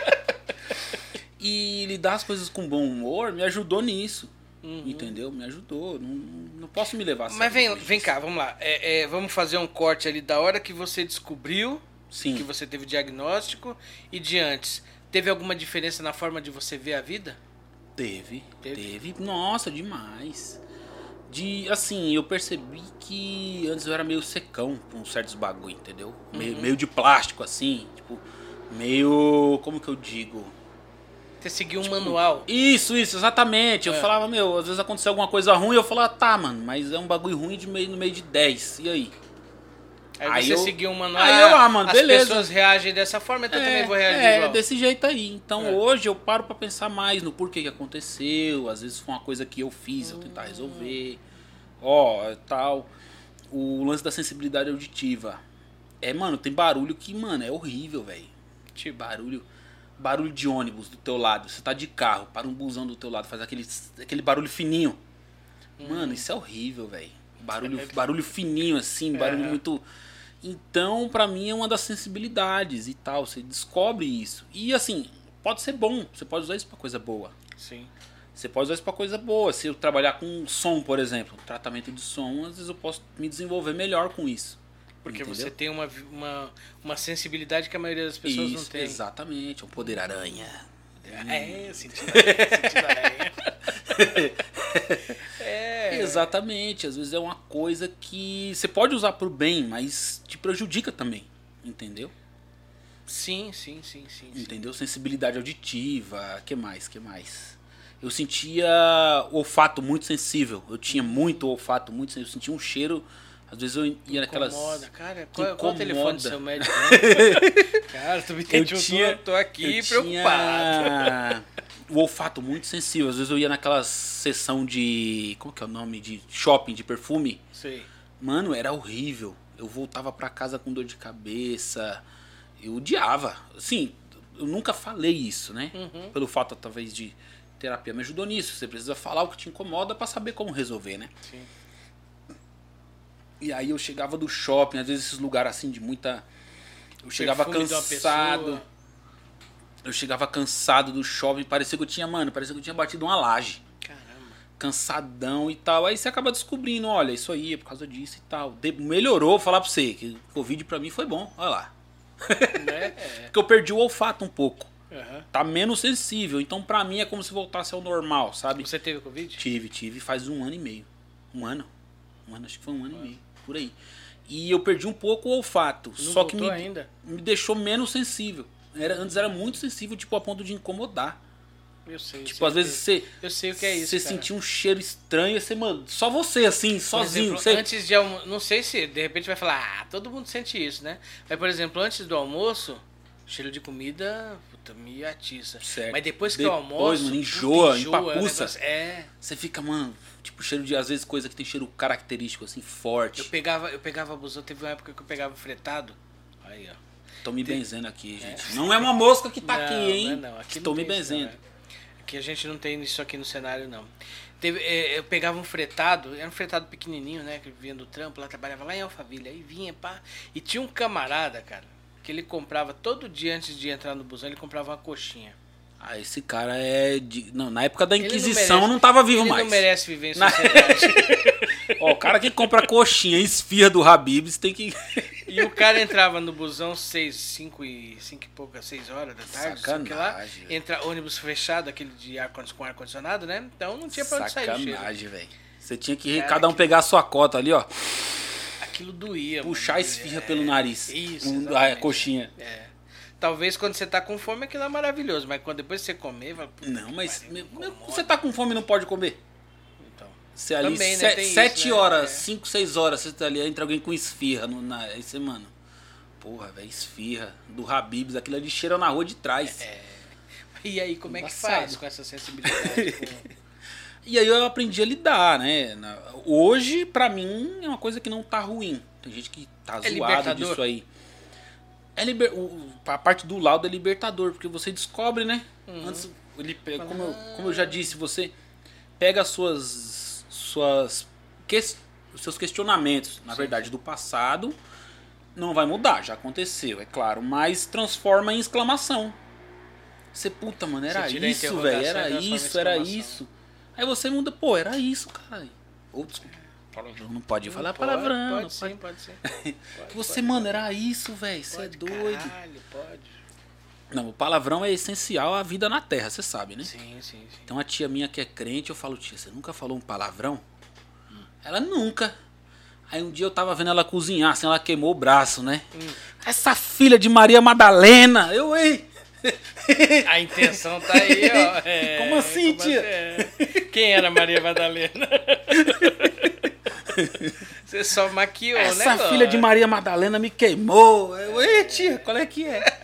E lidar as coisas com bom humor me ajudou nisso. Uhum. Entendeu? Me ajudou. Não, não posso me levar a sério. Mas vem, depois vem disso. cá, vamos lá. É, é, vamos fazer um corte ali da hora que você descobriu Sim. que você teve diagnóstico e de antes. Teve alguma diferença na forma de você ver a vida? Teve, Teve? teve. Nossa, demais. De, assim, eu percebi que antes eu era meio secão com certos bagulho, entendeu? Meio, meio de plástico, assim. Tipo, meio... Como que eu digo? Você seguiu um manual. Isso, isso, exatamente. Eu É. falava, meu, às vezes aconteceu alguma coisa ruim, eu falava, tá, mano, mas é um bagulho ruim de meio, no meio de dez. E aí? Aí, Aí você eu- seguiu um manual. Aí eu, ah, mano, as beleza. pessoas reagem dessa forma, então eu também vou reagir é, igual. desse jeito aí. Então É. hoje eu paro pra pensar mais no porquê que aconteceu. Às vezes foi uma coisa que eu fiz, eu tentar resolver. Ó, tal. O lance da sensibilidade auditiva. É, mano, tem barulho que, mano, é horrível, velho. Tipo, barulho. Barulho de ônibus do teu lado. Você tá de carro, para um busão do teu lado, faz aquele, aquele barulho fininho. Mano, isso é horrível, velho. Barulho, barulho fininho, assim, barulho É. muito. Então, pra mim, é uma das sensibilidades e tal. Você descobre isso. E assim, pode ser bom. Você pode usar isso pra coisa boa. Sim. Você pode usar isso pra coisa boa. Se eu trabalhar com som, por exemplo, tratamento de som, às vezes eu posso me desenvolver melhor com isso. Porque Entendeu? você tem uma, uma, uma sensibilidade que a maioria das pessoas Isso, não tem. exatamente. É um poder aranha. É, sentido sentido aranha. É. Exatamente. Às vezes é uma coisa que você pode usar pro bem, mas te prejudica também. Entendeu? Sim, sim, sim, sim. sim. Entendeu? Sensibilidade auditiva. Que mais? Que mais? Eu sentia o olfato muito sensível. Eu tinha muito olfato muito sensível. Eu sentia um cheiro. Às vezes eu ia naquelas. Incomoda, cara. Qual, qual o Incomoda. telefone do seu médico? Cara, tu me Eu entendi. tinha- Eu tô aqui eu preocupado. tinha o olfato muito sensível. Às vezes eu ia naquela sessão de. Como que é o nome? De shopping, de perfume. Sei. Mano, era horrível. Eu voltava pra casa com dor de cabeça. Eu odiava. Assim, eu nunca falei isso, né? Uhum. Pelo fato, talvez, de terapia me ajudou nisso. Você precisa falar o que te incomoda pra saber como resolver, né? Sim. E aí eu chegava do shopping, às vezes esses lugares assim de muita... Eu chegava Perfume de uma cansado. pessoa. Eu chegava cansado do shopping, parecia que eu tinha, mano, parecia que eu tinha batido uma laje. Caramba. Cansadão e tal. Aí você acaba descobrindo, olha, isso aí é por causa disso e tal. De- melhorou, vou falar pra você, que o Covid pra mim foi bom, olha lá. Né? É. Porque eu perdi o olfato um pouco. Uhum. Tá menos sensível, então pra mim é como se voltasse ao normal, sabe? Você teve Covid? Tive, tive, faz um ano e meio. Um ano? Um ano, acho que foi um ano e meio, por aí. E eu perdi um pouco o olfato, Não só que voltou me, ainda? me deixou menos sensível. Era, antes era muito sensível, tipo, a ponto de incomodar. Eu sei. eu Tipo, sei às o vezes que- você, Eu sei o que é isso, você cara. sentia um cheiro estranho, e você, mano, só você assim, Por sozinho. exemplo, você... antes de almoço, não sei se de repente vai falar, ah, todo mundo sente isso, né? Mas, por exemplo, antes do almoço, cheiro de comida, puta, me atiça. Certo. Mas depois que Depois, eu almoço, mano, puta, enjoa, é um empapuça. negócio- É, Você fica, mano, tipo, cheiro de, às vezes, coisa que tem cheiro característico, assim, forte. eu pegava, eu pegava busão, teve uma época que eu pegava fretado. Aí, ó. Tô me benzendo aqui, gente. Não é uma mosca que tá Não, aqui, hein? Não, é não. Aqui Tô não me tem isso, benzendo. não, é. Aqui a gente não tem isso aqui no cenário, não. Teve, é, eu pegava um fretado, era um fretado pequenininho, né? Que vinha do trampo, lá trabalhava lá em Alphaville. Aí vinha, pá. E tinha um camarada, cara, que ele comprava todo dia antes de entrar no busão, ele comprava uma coxinha. Ah, esse cara é. De... Não, na época da Ele não Inquisição não, merece- tava vivo ele mais. não merece viver em sociedade. Ó, o cara que compra coxinha e esfirra do Habib's tem que. E o cara entrava no busão seis, cinco e cinco e poucas, seis horas da tarde, sei que lá. Sacanagem, velho. Entra ônibus fechado, aquele de ar com ar condicionado, né? Então não tinha pra onde sair o cheiro. Sacanagem, velho. Você tinha que Cara, cada um que- pegar a sua cota ali, ó. Aquilo doía, Puxar a mano. esfirra É, pelo nariz. Isso, Um- exatamente. a coxinha. É. Talvez quando você tá com fome aquilo é maravilhoso, mas quando depois você comer, vai. Não, mas Pariu, meu, incomoda. você tá com fome e não pode comer. Então. Você ali, Também, né, se- tem isso, sete né? horas, É. cinco, seis horas, você tá ali, entra alguém com esfirra. No, na, aí você, mano, porra, velho, esfirra do Habib's, aquilo ali cheira na rua de trás. É. E aí, como é que Embaçado. faz com essa sensibilidade? com- E aí eu aprendi a lidar, né? Na- Hoje, pra mim, é uma coisa que não tá ruim. Tem gente que tá zoado libertador? disso aí. É liber... o- a parte do laudo é libertador, porque você descobre, né? Uhum. Antes, ele, pe- como, eu, como eu já disse, você pega as suas, suas que, os seus questionamentos, na Sim. verdade, do passado, não vai mudar, já aconteceu, é claro, mas transforma em exclamação. Você, puta, mano, era isso, velho, era isso, era isso. Aí você muda, pô, era isso, cara. Ou, desculpa, não pode não falar pode, palavrão. Pode, não sim, pode, pode sim. Pode, você, pode, mano, pode. era isso, velho, você é doido. Caralho, pode. Não, o palavrão é essencial à vida na Terra, você sabe, né? Sim, sim, sim. Então a tia minha que é crente, eu falo, tia, você nunca falou um palavrão? Hum. Ela nunca. Aí um dia eu tava vendo ela cozinhar, assim, ela queimou o braço, né? Hum. Essa filha de Maria Madalena, eu, ei... A intenção tá aí, ó. É, como assim, como tia? Assim, é. Quem era Maria Madalena? Você só maquiou, Essa né? Essa filha de Maria Madalena me queimou. Eu, ei, tia, qual é que é?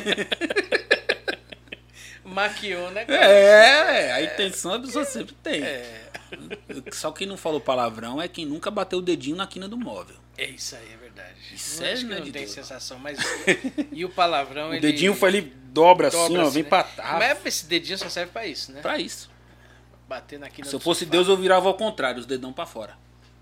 Maquiou, né? É, a intenção a pessoa sempre tem. É. Só quem não falou palavrão é quem nunca bateu o dedinho na quina do móvel. É isso aí, é verdade. Isso não é, acho que né, não de tem Deus. sensação, mas... E o palavrão, o ele... dedinho foi, ele dobra, dobra assim, ó, assim, vem né? pra trás. Mas esse dedinho só serve pra isso, né? Pra isso. Bater na quina Se eu do fosse sofá. Deus, eu virava ao contrário, os dedão pra fora.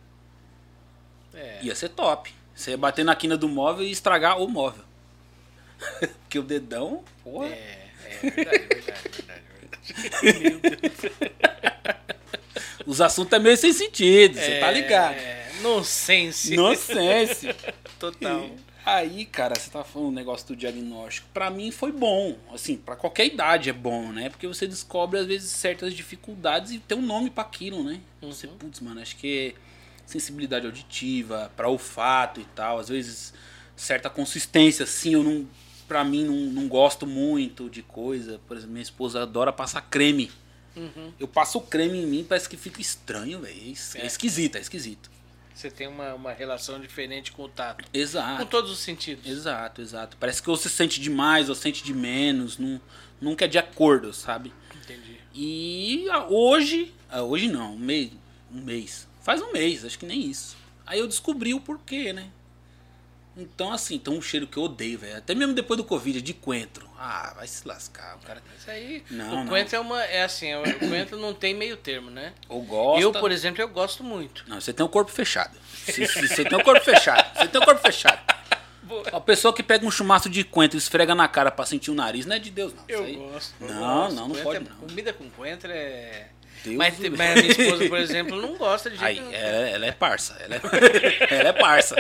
É. Ia ser top. Você ia bater na quina do móvel e estragar o móvel. Porque o dedão, porra. É, é verdade, verdade, verdade, verdade. Meu Deus. Os assuntos é meio sem sentido, você é, tá ligado. É, nonsense. Nonsense. Total. E aí, cara, você tá falando um negócio do diagnóstico. Pra mim foi bom. Assim, pra qualquer idade é bom, né? Porque você descobre, às vezes, certas dificuldades e tem um nome pra aquilo, né? Uhum. Você, putz, mano, acho que é sensibilidade auditiva, pra olfato e tal. Às vezes, certa consistência, assim, eu não... Pra mim, não, não gosto muito de coisa. Por exemplo, minha esposa adora passar creme. Uhum. Eu passo o creme em mim, parece que fica estranho, velho. É, é esquisito, é esquisito. Você tem uma, uma relação diferente com o tato. Exato. Com todos os sentidos. Exato, exato. Parece que você sente de mais ou sente de menos. Não, nunca é de acordo, sabe? Entendi. E hoje... Hoje não, um mês, um mês. Faz um mês, acho que nem isso. Aí eu descobri o porquê, né? Então, assim, tem um cheiro que eu odeio, velho. Até mesmo depois do Covid, de coentro. Ah, vai se lascar, o cara. Isso aí. Não, o coentro é uma. É assim, o coentro não tem meio termo, né? Ou gosta. Eu, por exemplo, eu gosto muito. Não, você tem um corpo fechado. Você, você tem um corpo fechado. Você tem um corpo fechado. Boa. A pessoa que pega um chumaço de coentro e esfrega na cara pra sentir o nariz, não é de Deus, não. Eu aí... gosto. Eu não, gosto. não, não coentro pode, é... não. Comida com coentro é. Deus mas, mas a minha esposa, por exemplo, não gosta de jeito aí, ela, ela é parça. Ela é, ela é parça.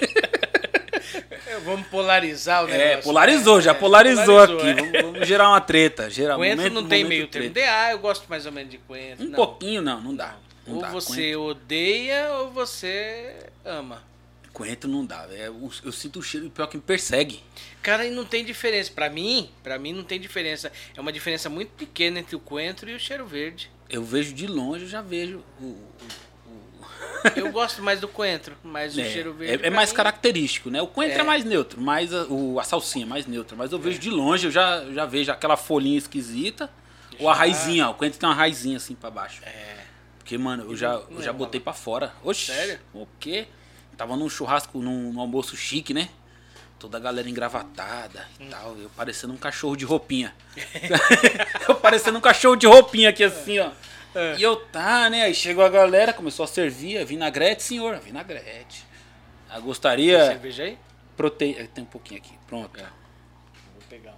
Vamos polarizar o negócio. É, polarizou, né? já polarizou, polarizou aqui. É. Vamos, vamos gerar uma treta. Gerar coentro momento, não tem momento meio termo. De, ah, eu gosto mais ou menos de coentro. Um não. pouquinho, não, não dá. Não ou dá. você coentro. odeia ou você ama. Coentro não dá. É, eu, eu sinto o cheiro, pior que me persegue. Cara, e não tem diferença. Pra mim, pra mim não tem diferença. É uma diferença muito pequena entre o coentro e o cheiro verde. Eu vejo de longe, eu já vejo o... o, o... Eu gosto mais do coentro, mas é, o cheiro verde... É, é mais mim... característico, né? O coentro é, é mais neutro, mais a, o, a salsinha é mais neutra. Mas eu vejo é. de longe, eu já, já vejo aquela folhinha esquisita já. Ou a raizinha, ó. O coentro tem uma raizinha assim pra baixo. É. Porque, mano, eu já, eu já botei pra fora. Oxi. Sério? O quê? Tava num churrasco, num, num almoço chique, né? Toda a galera engravatada e hum. tal. Eu parecendo um cachorro de roupinha. Eu parecendo um cachorro de roupinha aqui assim, ó. É. E eu tá, né? Aí chegou a galera, começou a servir. Vinagrete, senhor. Vinagrete. Eu gostaria... Tem cerveja aí? Proteína. Tem um pouquinho aqui. Pronto. É. Vou pegar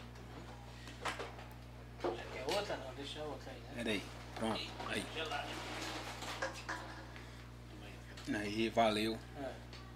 uma. Já quer outra? Não, deixa a outra aí, né? Pera aí. Pronto. Aí. Aí, valeu. É.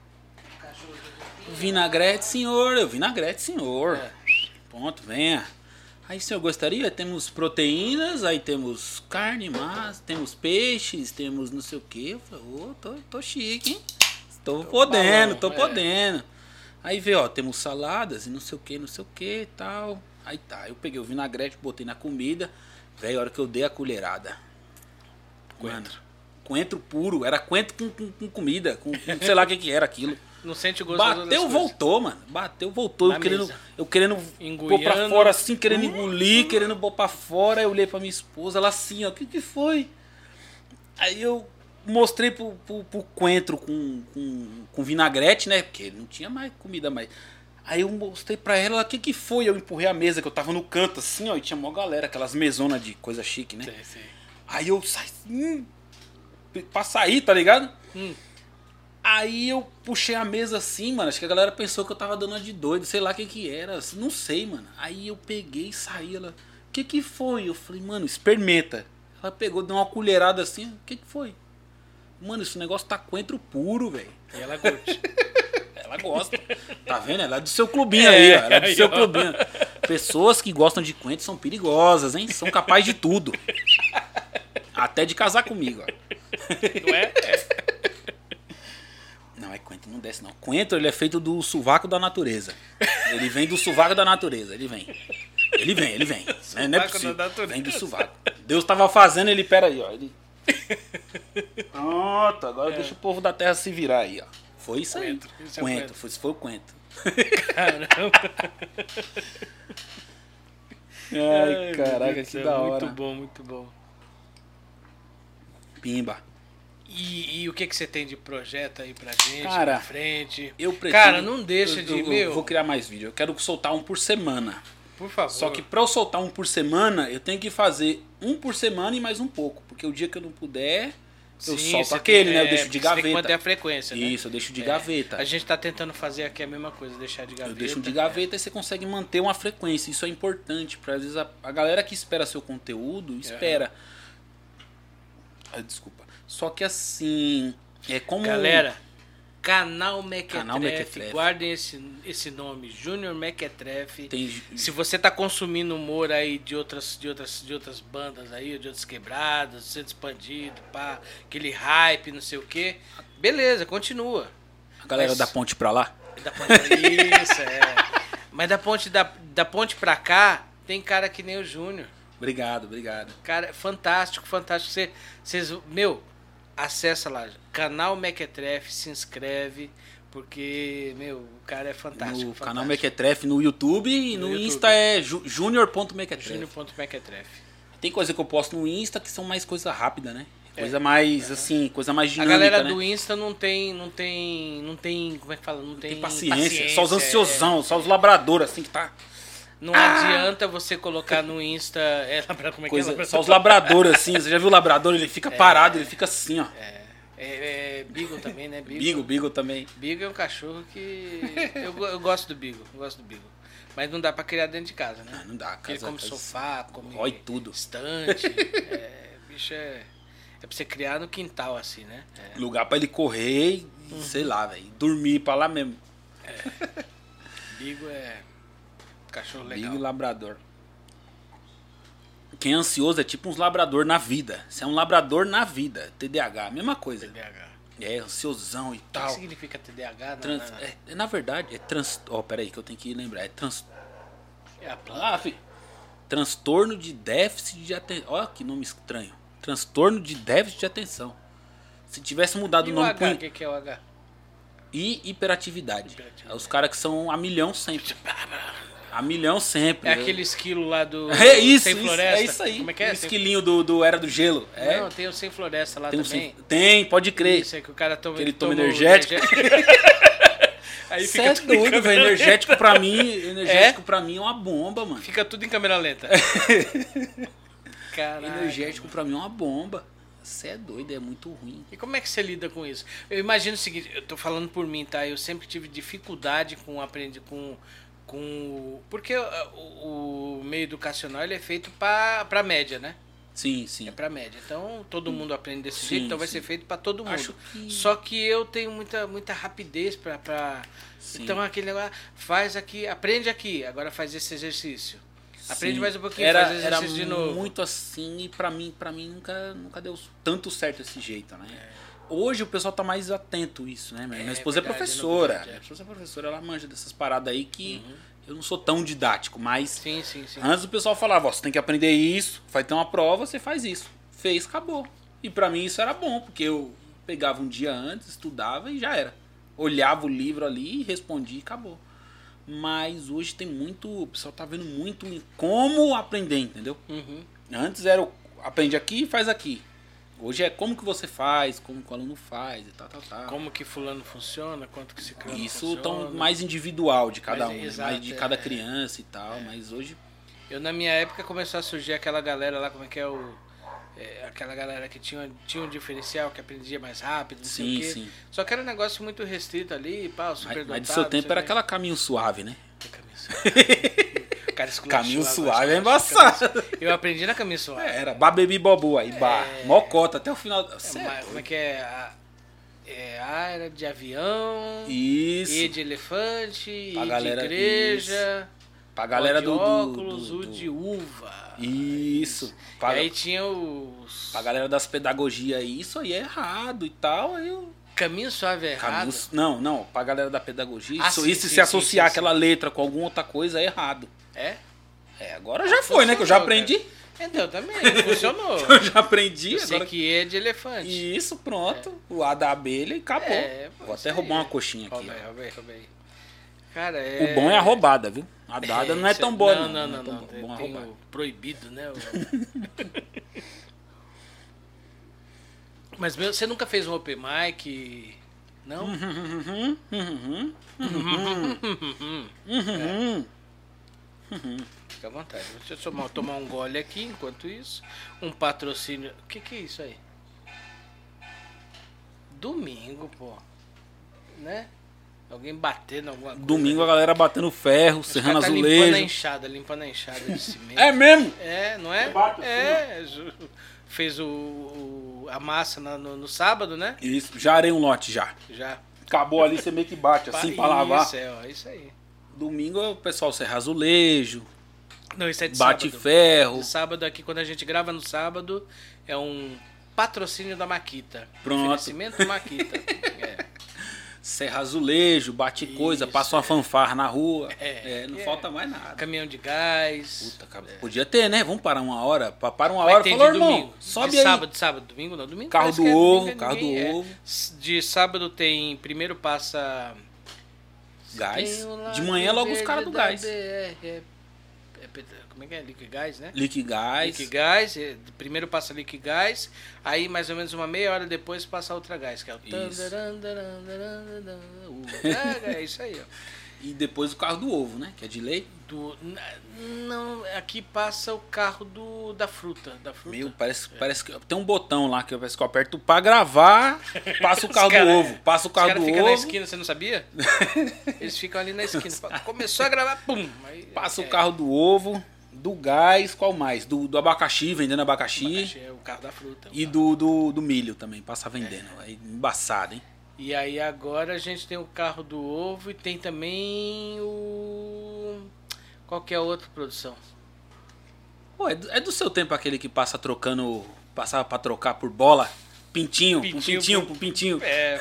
Vinagrete, senhor. Eu, vinagrete, senhor. É. Pronto, venha. Aí, senhor, gostaria? Temos proteínas, aí temos carne, massa, temos peixes, temos não sei o que. Eu falei, ô, oh, tô, tô chique, hein? Tô, tô podendo, balão, tô é. podendo. Aí veio, ó, temos saladas e não sei o que, não sei o que e tal. Aí tá, eu peguei o vinagrete, botei na comida. Velho, a hora que eu dei a colherada. Coentro. Mano, coentro puro, era coentro com, com, com comida, com, com sei lá o que que era aquilo. Não sente o gosto Bateu, voltou, mano. Bateu, voltou. Eu querendo, eu querendo Enguiando. pôr pra fora assim, querendo engolir, querendo pôr pra fora. Aí eu olhei pra minha esposa, ela assim, ó, o que que foi? Aí eu mostrei pro, pro, pro coentro com, com, com vinagrete, né? Porque não tinha mais comida mais. Aí eu mostrei pra ela, o que que foi? Eu empurrei a mesa, que eu tava no canto assim, ó, e tinha uma galera, aquelas mesonas de coisa chique, né? Sim, sim. Aí eu saí, hum, pra sair, tá ligado? Hum. Aí eu puxei a mesa assim, mano. Acho que a galera pensou que eu tava dando uma de doido, sei lá o que que era. Não sei, mano. Aí eu peguei e saí. Ela, o que que foi? Eu falei, mano, experimenta. Ela pegou, deu uma colherada assim. O que que foi? Mano, esse negócio tá coentro puro, velho. E ela curte. Ela gosta. Tá vendo? Ela é do seu clubinho é, aí, ó. Ela é do aí, seu ó. clubinho. Pessoas que gostam de coentro são perigosas, hein? São capazes de tudo. Até de casar comigo, ó. Não é? É. Não, é coentro, não desce não. Coentro, ele é feito do sovaco da natureza. Ele vem do sovaco da natureza, ele vem. Ele vem, ele vem. Não, não é possível. Vem do sovaco. Deus tava fazendo, ele, pera aí, ó. Ele... Pronto, agora é. deixa o povo da terra se virar aí, ó. Foi isso aí. Coentro, isso coentro. É foi, isso foi o coentro. Caramba. Ai, Ai caraca, que da hora. Muito bom, muito bom. Pimba. E, e o que que você tem de projeto aí pra gente, cara, pra frente? Eu pretendo, cara, não deixa eu, de... Eu, meu... eu vou criar mais vídeo. Eu quero soltar um por semana. Por favor. Só que pra eu soltar um por semana, eu tenho que fazer um por semana e mais um pouco. Porque o dia que eu não puder, eu Sim, solto aquele, tem, né? Eu deixo de gaveta. Você tem que manter a frequência, né? Isso, eu deixo de é. gaveta. A gente tá tentando fazer aqui a mesma coisa, deixar de gaveta. Eu deixo de gaveta é. e você consegue manter uma frequência. Isso é importante. Pra, às vezes a, a galera que espera seu conteúdo, espera. É. Ah, desculpa. Só que assim... É como... Galera, canal Mequetrefe, canal Mequetrefe. Guardem esse, esse nome, Júnior Mequetrefe. Tem... Se você tá consumindo humor aí de outras, de outras, de outras bandas aí, de outras quebradas, Centro Expandido, pá, aquele hype, não sei o que, beleza, continua. A galera Mas... da ponte pra lá? Da ponte pra... Isso, é. Mas da ponte, da, da ponte pra cá, tem cara que nem o Júnior. Obrigado, obrigado. Cara, fantástico, fantástico. Você, vocês, meu... Acessa lá, canal Mequetrefe, se inscreve, porque, meu, o cara é fantástico. No fantástico. canal Mequetrefe no YouTube e no, no YouTube. Insta é junior ponto mequetrefe. junior ponto mequetrefe. Tem coisa que eu posto no Insta que são mais coisa rápida, né? Coisa é. mais, uhum. assim, coisa mais dinâmica, A galera né? do Insta não tem, não tem, não tem, como é que fala? Não tem, tem paciência. paciência. Só os ansiosão, é. só os labradores, assim, que tá... Não ah! adianta você colocar no Insta... É, como é Coisa, que é? Só os labradores, assim. Você já viu o labrador? Ele fica é, parado, ele fica assim, ó. É, é, é Beagle também, né? Beagle. Beagle, Beagle também. Beagle é um cachorro que... eu, eu gosto do Beagle, eu gosto do Beagle. Mas não dá pra criar dentro de casa, né? Não, não dá. Casa, ele come sofá, come... Rói tudo. Estante. é, bicho é... É pra você criar no quintal, assim, né? É. Lugar pra ele correr e, uhum. sei lá, velho. Dormir pra lá mesmo. É. Beagle é... Cachorro legal. Beagle e labrador. Quem é ansioso é tipo uns labrador na vida. Você é um labrador na vida. T D A H, mesma coisa. T D A H. É, ansiosão e o tal. O que significa T D A H? Trans, na, na... É, na verdade, é trans... Ó, oh, peraí que eu tenho que lembrar. É trans... É a planta. Ah, filho. Transtorno de déficit de atenção. Olha que nome estranho. Transtorno de déficit de atenção. Se tivesse mudado e o nome... o H, o que, que é o H? E hiperatividade. hiperatividade. Os caras que são a milhão sempre. A milhão sempre. É aquele esquilo lá do é isso, Sem isso, Floresta. É isso aí. Como é que é? O esquilinho do, do Era do Gelo. É. Não, tem o Sem Floresta lá tem também. Sem... Tem, pode crer. Isso é que o cara toma, que ele toma, toma energético. Aí Você é doido, velho. Energético pra mim, energético é? pra mim é uma bomba, mano. Fica tudo em câmera lenta. Caralho. Energético pra mim é uma bomba. Você é doido, é muito ruim. E como é que você lida com isso? Eu imagino o seguinte, eu tô falando por mim, tá? Eu sempre tive dificuldade com aprender com com porque o, o meio educacional ele é feito para para média, né? Sim, sim. É para média. Então todo mundo aprende desse sim, jeito, então vai sim. ser feito para todo mundo. Acho que... Só que eu tenho muita muita rapidez para pra... Então aquele negócio, faz aqui, aprende aqui, agora faz esse exercício. Aprende Sim. mais um pouquinho, era, faz exercício era de novo. Muito assim, e pra mim, pra mim nunca, nunca deu tanto certo desse jeito, né? É. Hoje o pessoal tá mais atento a isso, né? Minha é, esposa verdade, é professora. É Minha esposa é professora, ela manja dessas paradas aí que uhum. eu não sou tão didático, mas sim, sim, sim. antes o pessoal falava, ó, você tem que aprender isso, vai ter uma prova, você faz isso. Fez, acabou. E pra mim isso era bom, porque eu pegava um dia antes, estudava e já era. Olhava o livro ali, respondia e acabou. Mas hoje tem muito... O pessoal tá vendo muito em como aprender, entendeu? Uhum. Antes era o, aprende aqui e faz aqui. Hoje é como que você faz, como que o aluno faz e tal, tal, tal. Como que fulano funciona, quanto que ciclano Isso funciona. tão mais individual de cada mas, um, exato, mais de cada é, criança e tal. é. Mas hoje... Eu na minha época começou a surgir aquela galera lá, como é que é o... É, aquela galera que tinha, tinha um diferencial, que aprendia mais rápido, não sei Sim, o quê. sim. Só que era um negócio muito restrito ali, pá, super Mas, dotado. mas do seu não tempo sei era o quê. aquela caminho suave, né? Caminho suave. Cara, esculachou Caminho agora, suave é esculachou, embaçado. caminho- Eu aprendi na caminho suave. É, era babebi bobu aí, bah, mocota até o final. É, Cê é mas como é doido. que é? A, é, A era de avião, Isso. E de elefante, E Pra de galera- igreja, Pra galera O de do, do- óculos, do- O do- de uva. Isso. E Pra, aí tinha os... pra galera das pedagogias aí, isso aí é errado e tal. Aí eu... Caminho suave é errado. Caminho- Não, não, pra galera da pedagogia, Ah, isso, sim, isso sim, se sim, associar sim, sim. aquela letra com alguma outra coisa é errado. É? É, agora já foi, né? Que eu já Funcionou, aprendi. cara. Então, também, funcionou. Eu já aprendi. Eu sei Agora... que é de elefante. Isso, pronto. O A da abelha e acabou. É, Vou isso até aí. roubar uma coxinha aqui. Rouba aí, ó. rouba aí, rouba aí. Cara, é... O bom é a roubada, viu? A dada não é tão boa, não. não. Não, não, é tão não. boa. Tem, Bom a tem roubada. o proibido, né? O- Mas meu, você nunca fez um open mic? Não? Uhum, uhum, uhum, uhum. Fica à vontade. Deixa eu tomar, tomar um gole aqui enquanto isso. Um patrocínio. O que, que é isso aí? Domingo, pô. Né? Alguém batendo alguma coisa. Domingo a galera batendo ferro, Os serrando caras tá limpando a azulejo. enxada, limpando a enxada de cimento. É mesmo? É, não é? Você bate É. ju- Fez o, o- a massa na- no, no sábado, né? Isso, já arei um lote já. Já. Acabou ali, você meio que bate assim pra lavar. Isso, é, ó, isso aí. Domingo o pessoal serra azulejo, Não, isso é de bate sábado. ferro. De sábado aqui, quando a gente grava no sábado, é um patrocínio da Maquita. Pronto. Oferecimento Maquita. É. Serra azulejo, bate Isso, coisa, passa uma é. fanfarra na rua. É, É, não é. falta mais nada. Caminhão de gás. Puta, cara, podia ter, né? Vamos parar uma hora. Pa- Para uma Mas hora, tem falou, de irmão, domingo. sobe de aí. sábado, sábado, domingo não, domingo. Carro parece do que é ovo, domingo, é carro do ninguém, é. ovo. De sábado tem, primeiro passa... Gás. Tem o De Lado manhã logo os Verde caras do da gás. B R, é, é pet- como é que é? Liquigás, né? Liquigás. Liquigás, é, primeiro passa Liquigás, aí mais ou menos uma meia hora depois passa Ultra Gás, que é o Isso. tandarandarandarandaran, Ultra, é isso aí, ó. E depois o carro do ovo, né? Que é de lei. Do, na- não, aqui passa o carro do, da fruta, da fruta. Meu, parece, parece que tem um botão lá que eu, parece que eu aperto pra gravar, passa o carro Os cara- do ovo. Passa o Os carro caras do ficam na ovo, esquina, você não sabia? Eles ficam ali na esquina. Começou a gravar, pum! Aí, passa é, o carro do ovo, do gás, qual mais? Do, do abacaxi, vendendo abacaxi. abacaxi, é o carro da fruta. o E carro. do, do, do milho também, passa vendendo. Aí, embaçado, hein? E aí agora a gente tem o carro do ovo e tem também o... Qual que é a outra produção? Pô, é, do, é do seu tempo aquele que passa trocando, passava pra trocar por bola? Pintinho, Pintinho pintinho, pintinho, por- por pintinho. É...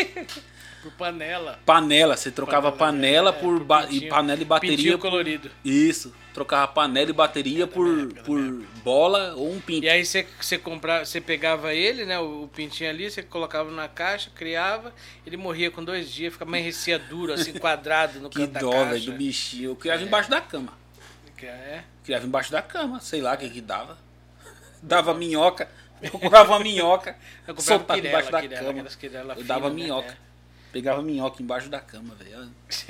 por panela. Panela, você trocava panela, é, por, por ba- pintinho. e panela e bateria. Pintinho por- colorido. Isso, trocava panela e bateria por, minha época, da por minha bola ou um pinto. E aí você, você, comprava, você pegava ele, né, o, o pintinho ali, você colocava na caixa, criava, ele morria com dois dias, ficava amanhecia duro, assim, quadrado no Que canto da dó, caixa. velho, do bichinho. Eu criava embaixo da cama. Que É, Criava embaixo da cama, sei lá o que que dava. Dava minhoca, eu procurava uma minhoca, eu comprava soltava quirela, embaixo da quirela, cama. aquelas quirela Eu dava fina, né, minhoca. Pegava minhoca embaixo da cama, velho.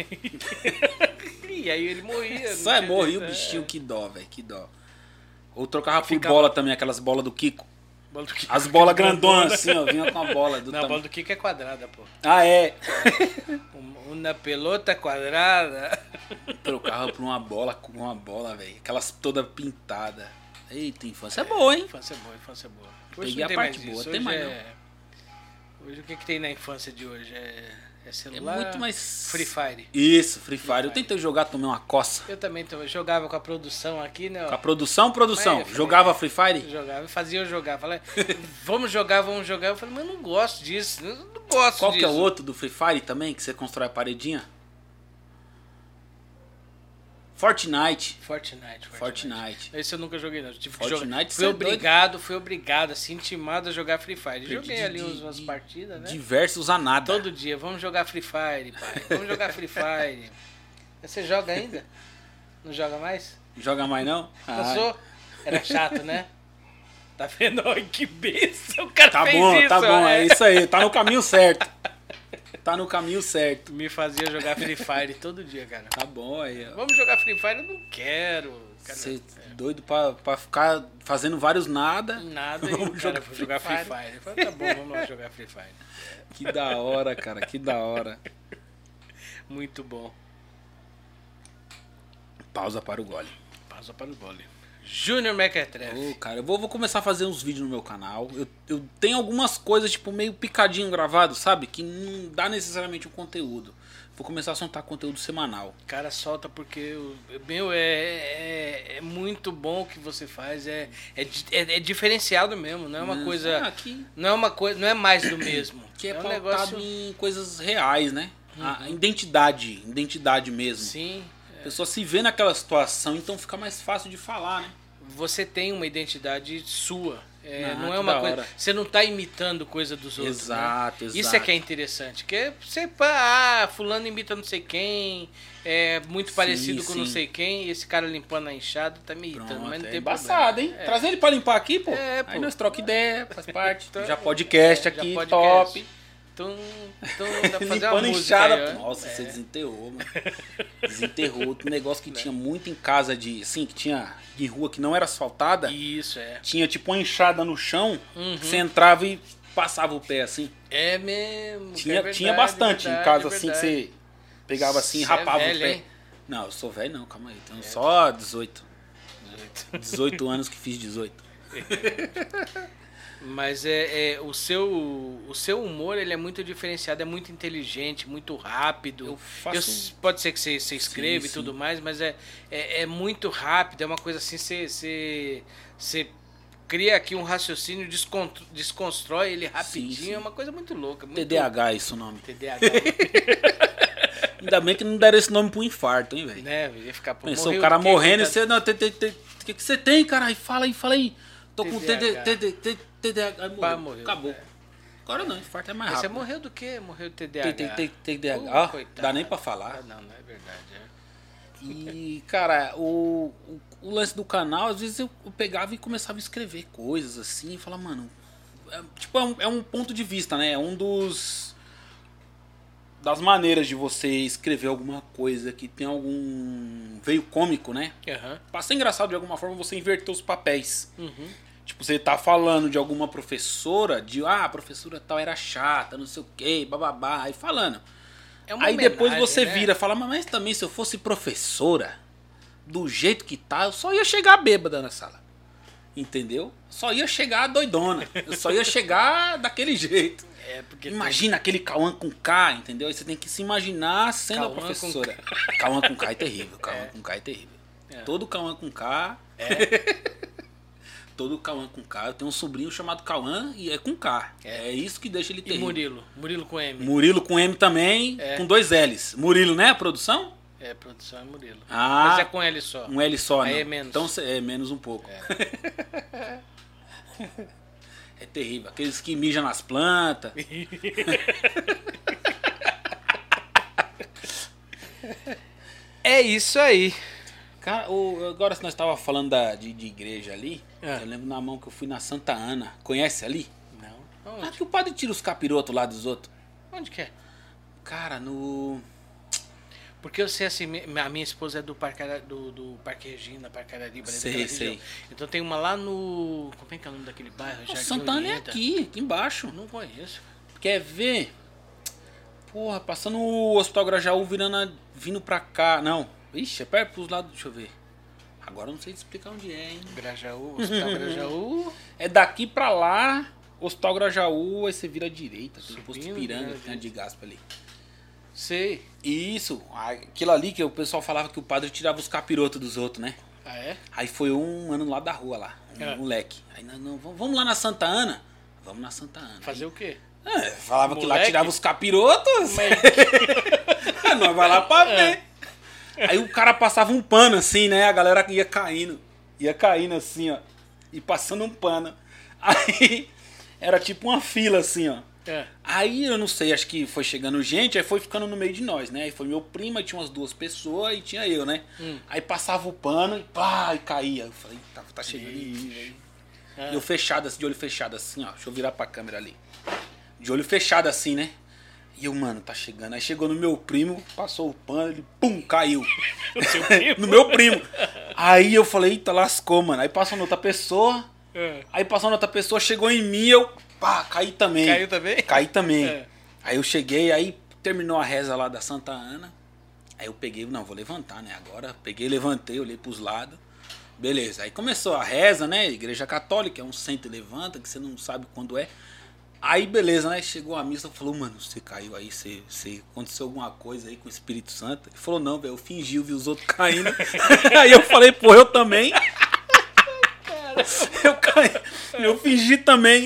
é. E aí ele morria. não Só é tinha morrer jeito, o é. bichinho, que dó, velho, que dó. Ou trocava por Ficava- bola também, aquelas bolas do Kiko. Bola do Kiko, As bolas grandona. grandonas assim, ó, vinha com a bola do Não, a tamanho. bola do Kiko é quadrada, pô. Ah, é. Um- Uma pelota quadrada. Trocava por uma bola com uma bola, velho. Aquelas toda pintada. Eita, infância é boa, hein? Infância é boa, infância é boa. Peguei Hoje não a tem parte mais boa, isso. tem Hoje mais é... Hoje o que, que tem na infância de hoje? É, é É celular? muito mais. Free Fire. Isso, Free Fire. Fire. Eu tentei jogar, tomei uma coça. Eu também tô- eu jogava com a produção aqui, né? ó. Com a produção, produção. Mas eu falei- Jogava Free Fire? Jogava, fazia eu jogar. Falei, vamos jogar, vamos jogar. Eu falei, mas eu não gosto disso. Eu não gosto Qual disso. que é o outro do Free Fire também, que você constrói a paredinha? Fortnite. Fortnite, Fortnite. Fortnite. Esse eu nunca joguei, não. Tive que Fortnite, jogar. cê Fui é doido. obrigado, fui obrigado, assim, intimado a jogar Free Fire. Perdi Joguei de- ali de- uns- umas de- partidas, né? Diversos a nada. Todo dia, vamos jogar Free Fire, pai. Vamos jogar Free Fire. Você joga ainda? Não joga mais? Joga mais não? Ah, Passou? Era chato, né? Tá vendo? Olha que besta. O cara tá fez bom, isso, tá bom. né? É isso aí. Tá no caminho certo. Tá no caminho certo. Me fazia jogar Free Fire todo dia, cara. Tá bom aí, ó. Vamos jogar Free Fire? Eu não quero. Você é doido pra, pra ficar fazendo vários nada. Nada, e o cara jogar, jogar Free Fire. Fire. Eu falei, tá bom, vamos lá jogar Free Fire. Que da hora, cara, que da hora. Muito bom. Pausa para o gole. Pausa para o gole. Júnior Mequetrefe. Ô, cara, eu vou, vou começar a fazer uns vídeos no meu canal. Eu, eu tenho algumas coisas, tipo, meio picadinho gravado, sabe? Que não dá necessariamente um conteúdo. Vou começar a soltar conteúdo semanal. Cara, solta porque, meu, é, é, é muito bom o que você faz. É, é, é, é diferenciado mesmo, não é uma coisa... Ah, que... Não é uma coisa, não é mais do mesmo. Que é, é um pautado negócio... em coisas reais, né? Uhum. A identidade, identidade mesmo. Sim. A pessoa se vê naquela situação, então fica mais fácil de falar, né? Você tem uma identidade sua. É, ah, não é uma coisa. Você não está imitando coisa dos outros. Exato, né? exato. Isso é que é interessante. Que você, ah, fulano imita não sei quem, é muito sim, parecido com sim. não sei quem, e esse cara limpando a enxada tá me imitando. Pronto, mas não é tem embaçado, problema. hein? É. Trazer ele pra limpar aqui, pô. É, pô. Aí nós troca ideia, faz parte. já podcast é, aqui, já podcast. top. Então, então dá pra fazer uma música enxada. aí, Nossa, é. você desenterrou, mano. Desenterrou. Outro negócio que tinha muito em casa de, assim, que tinha de rua que não era asfaltada. Isso, é. Tinha tipo uma enxada no chão, uhum. que você entrava e passava o pé assim. É mesmo. Tinha, é verdade, tinha bastante verdade, em casa verdade. assim que você pegava assim e Cê rapava é velho, o pé. Hein? Não, eu sou velho não, calma aí. Tenho é. só dezoito. dezoito anos que fiz dezoito. Mas é, é o, seu, o seu humor ele é muito diferenciado, é muito inteligente, muito rápido. Eu faço... Eu, pode ser que você, você escreva sim, e tudo sim. mais, mas é, é, é muito rápido, é uma coisa assim, você, você, você cria aqui um raciocínio, desconstrói ele rapidinho, sim, sim. É uma coisa muito louca. Muito... T D A H é isso o nome. T D A H. Ainda bem que não deram esse nome pro infarto, hein, velho? Né, ia ficar por Pensou o cara morrendo e você... Não, o que, que você tem, caralho? Fala aí, fala aí. Tô com T D A H. Morreu. morreu. Acabou. É. Agora não, infarto é mais Mas rápido. Você morreu do quê? Morreu do T D A H. T D A H. Oh, dá nem pra falar. Ah, não, não é verdade. É. E, cara, o, o, o lance do canal, às vezes eu, eu pegava e começava a escrever coisas assim e falava, mano, é, tipo, é um, é um ponto de vista, né? É um dos... das maneiras de você escrever alguma coisa que tem algum veio cômico, né? Uhum. Pra ser engraçado de alguma forma, você inverter os papéis. Uhum. Tipo, você tá falando de alguma professora, de ah, a professora tal era chata, não sei o que, bababá, aí falando. É uma aí depois você né? vira e fala, mas também se eu fosse professora, do jeito que tá, eu só ia chegar bêbada na sala. Entendeu? Só ia chegar doidona. Eu só ia chegar daquele jeito. É porque imagina tem... aquele Cauã com K, entendeu? Aí você tem que se imaginar sendo Cauã a professora. Com... Cauã com K é terrível. Cauã é. com K é terrível. É. Todo Cauã com K. É. Todo Cauã com K. Eu tenho um sobrinho chamado Cauã e é com K. É, é isso que deixa ele terrível. E Murilo? Murilo com M. Murilo com M também, é. com dois L's. Murilo, né? A produção? É, produção é Murilo. Ah, mas é com L só. Um L só, Aí não. é menos. Então é menos um pouco. É. É terrível. Aqueles que mijam nas plantas. É isso aí. Cara, o, agora se nós estávamos falando da, de, de igreja ali, é. eu lembro na mão que eu fui na Santa Ana. Conhece ali? Não. Onde? Ah, que o padre tira os capirotos lá dos outros. Onde que é? Cara, no... Porque eu sei assim, a minha esposa é do Parque, do, do Parque Regina, Parque Arariba. Sei, sei. Região. Então tem uma lá no... Como é que é o nome daquele bairro? O Santa Ana é aqui, aqui embaixo. Não conheço. Quer ver? Porra, passando o Hospital Grajaú, virando a, vindo pra cá. Não. Ixi, é perto pros lados. Deixa eu ver. Agora eu não sei te explicar onde é, hein? Grajaú, Hospital Grajaú. É daqui pra lá, Hospital Grajaú, aí você vira à direita. Tem o posto Piranga, né, que tem a de Gaspa ali. Sei. Isso, aquilo ali que o pessoal falava que o padre tirava os capirotos dos outros, né? Ah, é? Aí foi um ano lá da rua lá, um é. moleque. Aí não, não, vamos lá na Santa Ana? Vamos na Santa Ana. Fazer aí, o quê? É, falava moleque? que lá tirava os capirotos. Mas... não vai lá pra ver. É. Aí o cara passava um pano assim, né? A galera ia caindo. Ia caindo assim, ó. E passando um pano. Aí era tipo uma fila assim, ó. É. Aí eu não sei, acho que foi chegando gente, aí foi ficando no meio de nós, né? Aí foi meu primo, aí tinha umas duas pessoas e tinha eu, né? Hum. Aí passava o pano e pá, e caía. Eu falei, tá, tá chegando aí. É. Eu fechado assim, de olho fechado assim, ó. Deixa eu virar pra câmera ali. De olho fechado assim, né? E eu, mano, tá chegando. Aí chegou no meu primo, passou o pano, ele, pum, caiu. No seu primo? No meu primo. Aí eu falei, eita, lascou, mano. Aí passou na outra pessoa. É. Aí passou na outra pessoa, chegou em mim, eu, pá, caí também. Caiu também? Caí também. É. Aí eu cheguei, aí terminou a reza lá da Santa Ana. Aí eu peguei, não, vou levantar, né? Agora peguei, levantei, olhei pros lados. Beleza. Aí começou a reza, né? Igreja Católica, é um senta e levanta, que você não sabe quando é. Aí, beleza, né? Chegou a missa, falou, mano, você caiu aí, você, você aconteceu alguma coisa aí com o Espírito Santo? Ele falou, não, velho, eu fingi, eu vi os outros caindo. Aí eu falei, pô, eu também. Eu caí, eu fingi também.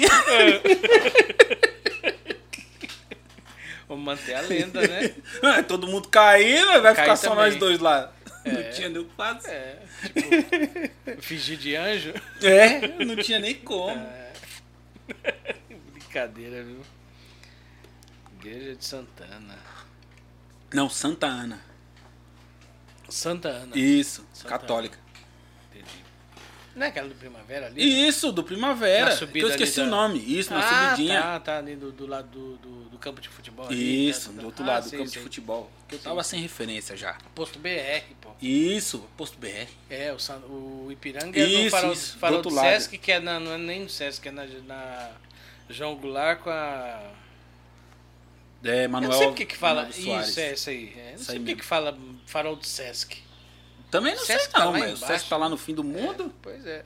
Vamos manter a lenda, né? Todo mundo caindo, vai Cai ficar só também. nós dois lá. É. Não tinha nem o que fazer. É, tipo, fingir de anjo. É, não tinha nem como. É. Brincadeira, viu? Igreja de Santana. Não, Santa Ana. Santa Ana. Isso, Santa católica. Entendi. Não é aquela do Primavera ali? Isso, do Primavera. Na Que subida eu esqueci ali o da- nome. Isso, na Ah, subidinha. tá, tá ali do, do lado do, do, do campo de futebol. ali, Isso, né? do outro Ah, lado do sei, campo sei. de futebol. Que eu tava sem referência já. Posto B R, pô. Isso, posto B R. É, o, San- o Ipiranga é no Isso, farol, isso, do farol outro do lado. Sesc, que é na, não é nem no Sesc, é na, na João Goulart com a... É, Eu Manuel. não sei por que que fala... Manuel Soares. Isso, é isso aí. É, não Isso sei aí por que mesmo. que fala farol do Sesc. Também não sei Sesc tá não, lá mas o embaixo, Sesc tá lá né? no fim do mundo. Pois é.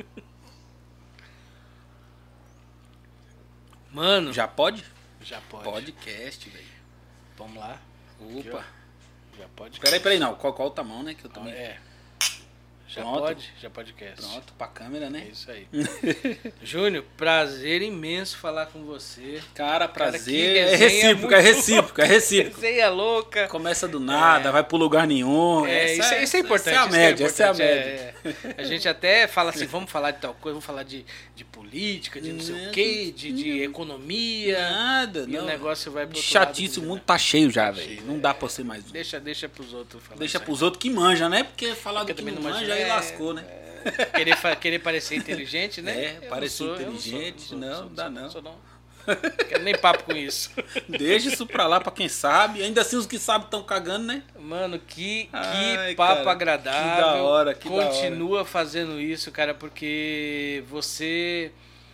Mano, já, Já pode? já pode. Podcast, velho. Vamos lá. Opa. Já pode. Peraí, peraí, não. Qual, qual o tamanho, né? Que eu Ah, também. é. Já Pronto. pode? Já podcast. Pronto, pra câmera, É né? isso aí. Júnior, prazer imenso falar com você. Cara, Cara, prazer. que é resenha recíproco, é muito recíproco, é recíproco. Resenha louca. Começa do nada, É. vai pro lugar nenhum. É, Essa isso, é, isso é importante. Essa é a isso média, essa é a importante, média. é, é. A gente até fala assim, vamos falar de tal coisa, vamos falar de, de política, de não sei o quê, de, de economia. Nada, E não. o negócio vai pro outro Chatice, lado o do- mundo tá cheio já, velho. cheio, Não é. dá pra ser mais um. Deixa, deixa pros outros falar. Deixa isso aí. pros outros que manjam, né? Porque falar Porque do que também não não manja manja, aí é, lascou, né? Querer, fa- querer parecer inteligente, né? É, Eu não parecer sou, eu inteligente, sou, não, sou, dá sou, não. Sou, não. Quero nem papo com isso. Deixa isso pra lá pra quem sabe. Ainda assim os que sabem estão cagando, né? Mano, que, que Ai, papo cara, agradável. que da hora, que da hora. Continua fazendo isso, cara, porque você,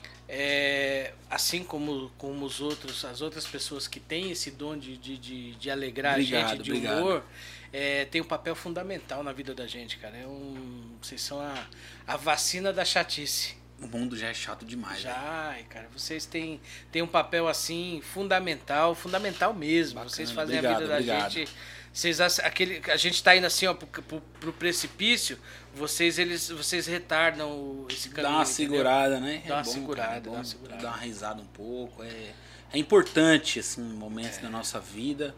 é, assim como, como os outros, as outras pessoas que têm esse dom de, de, de, de alegrar Obrigado, a gente, de obrigado. humor, é, tem um papel fundamental na vida da gente, cara. É um, vocês são a, a vacina da chatice. O mundo já é chato demais, né? Já, cara, vocês têm, têm um papel assim fundamental, fundamental mesmo. Bacana, vocês fazem obrigado, a vida da obrigado. gente. Vocês ace- aquele, a gente tá indo assim, ó, pro, pro, pro precipício, vocês eles vocês retardam o- esse caminho. Dá uma entendeu? segurada, né? Dá uma bom, segurada, cara, é dá bom uma segurada. Dar uma risada um pouco. É, é importante, assim, momentos da nossa vida.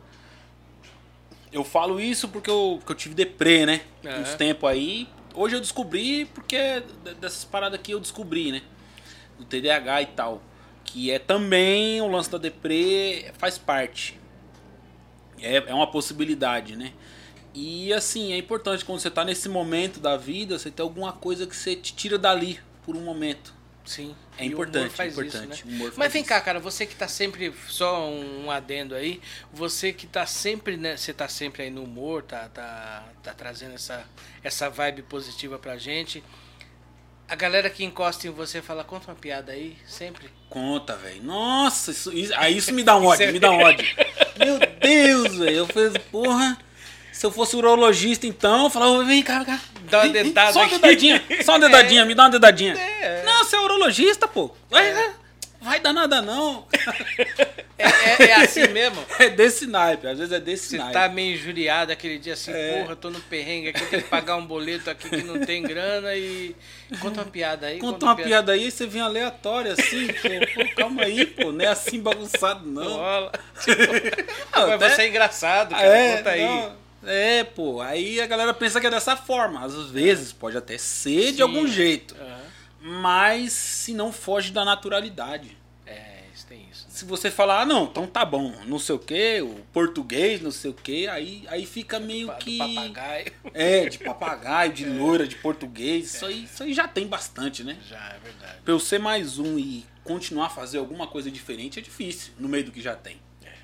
Eu falo isso porque eu, porque eu tive deprê, né? É. Uns tempos aí. Hoje eu descobri porque d- dessas paradas aqui eu descobri, né? Do T D A H e tal. Que é também o lance da deprê, faz parte. É, é uma possibilidade, né? E assim, é importante quando você tá nesse momento da vida, você ter alguma coisa que você te tira dali por um momento. Sim. É E o humor importante, faz importante. isso, O né? humor faz Mas vem isso. cá, cara, você que tá sempre, só um adendo aí, você que tá sempre, né, você tá sempre aí no humor, tá, tá, tá trazendo essa, essa vibe positiva pra gente. A galera que encosta em você fala, conta uma piada aí, sempre. Conta, velho. Nossa, isso, isso, aí isso me dá um ódio, me dá um ódio. Meu Deus, velho. Eu falei, porra. Se eu fosse urologista, então, eu falava, vem cá, vem cá. Dá uma Vem, vem, dentada Só uma aqui. dedadinha, só uma dedadinha, me dá uma dedadinha. É. Não, você é urologista, pô. Vai, vai dar nada, não. É, é, é assim mesmo? É desse naipe, às vezes é desse Você naipe. tá meio injuriado aquele dia assim, É. porra, tô no perrengue aqui, tenho que pagar um boleto aqui que não tem grana e... Conta uma piada aí. Conta uma piada aí, você vem aleatória assim, pô, pô, calma aí, pô, não é assim bagunçado, não. Rola. Tipo, Não, mas até- você é engraçado, cara, É, conta aí. não, é, pô, aí a galera pensa que é dessa forma. Às vezes pode até ser Sim. de algum jeito, Aham. mas se não foge da naturalidade. É, isso tem isso. Né? Se você falar, ah, não, então tá bom, não sei o que, o português, não sei o que, aí, aí fica meio Pa- do que. papagaio. É, de papagaio, de loira, de português, isso, aí, isso aí já tem bastante, né? Já, é verdade. Pra eu ser mais um e continuar a fazer alguma coisa diferente é difícil, no meio do que já tem. É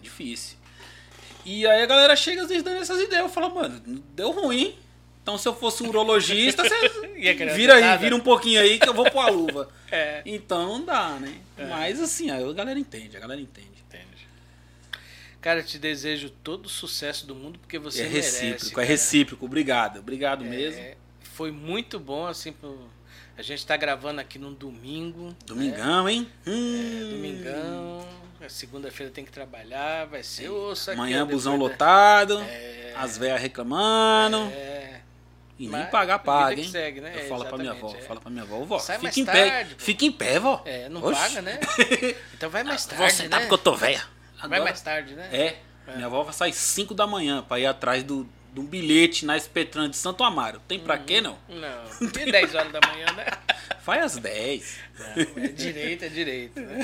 difícil. E aí a galera chega às vezes dando essas ideias. Eu falo, mano, deu ruim. Então se eu fosse um urologista, você vira aí, vira um pouquinho aí que eu vou pôr a luva. É. Então não dá, né? É. Mas assim, a galera entende, a galera entende. Entende. Cara, eu te desejo todo o sucesso do mundo, porque você é merece. É recíproco, cara. é recíproco. Obrigado, obrigado é, mesmo. Foi muito bom, assim, pro... a gente tá gravando aqui num domingo. Domingão, né? hein? Hum. É, domingão. Segunda-feira tem que trabalhar, vai ser osso aqui. Amanhã busão lotado, é... as velhas reclamando. É... E nem pagar paga, hein? Segue, né? Eu é, falo pra minha avó, é. falo pra minha avó, vó, sai fica mais em tarde, pé. Pô. Fica em pé, vó. É, não Oxi. paga, né? Então vai mais tarde, Você né? tá porque eu tô velha. Agora... Vai mais tarde, né? É. é. Minha avó vai sair cinco da manhã pra ir atrás do, de um bilhete na Espetran de Santo Amaro. Tem pra uhum. quê, não? Não. Tem dez horas da manhã, né? Faz às dez. Não, é direito, é direito. Né?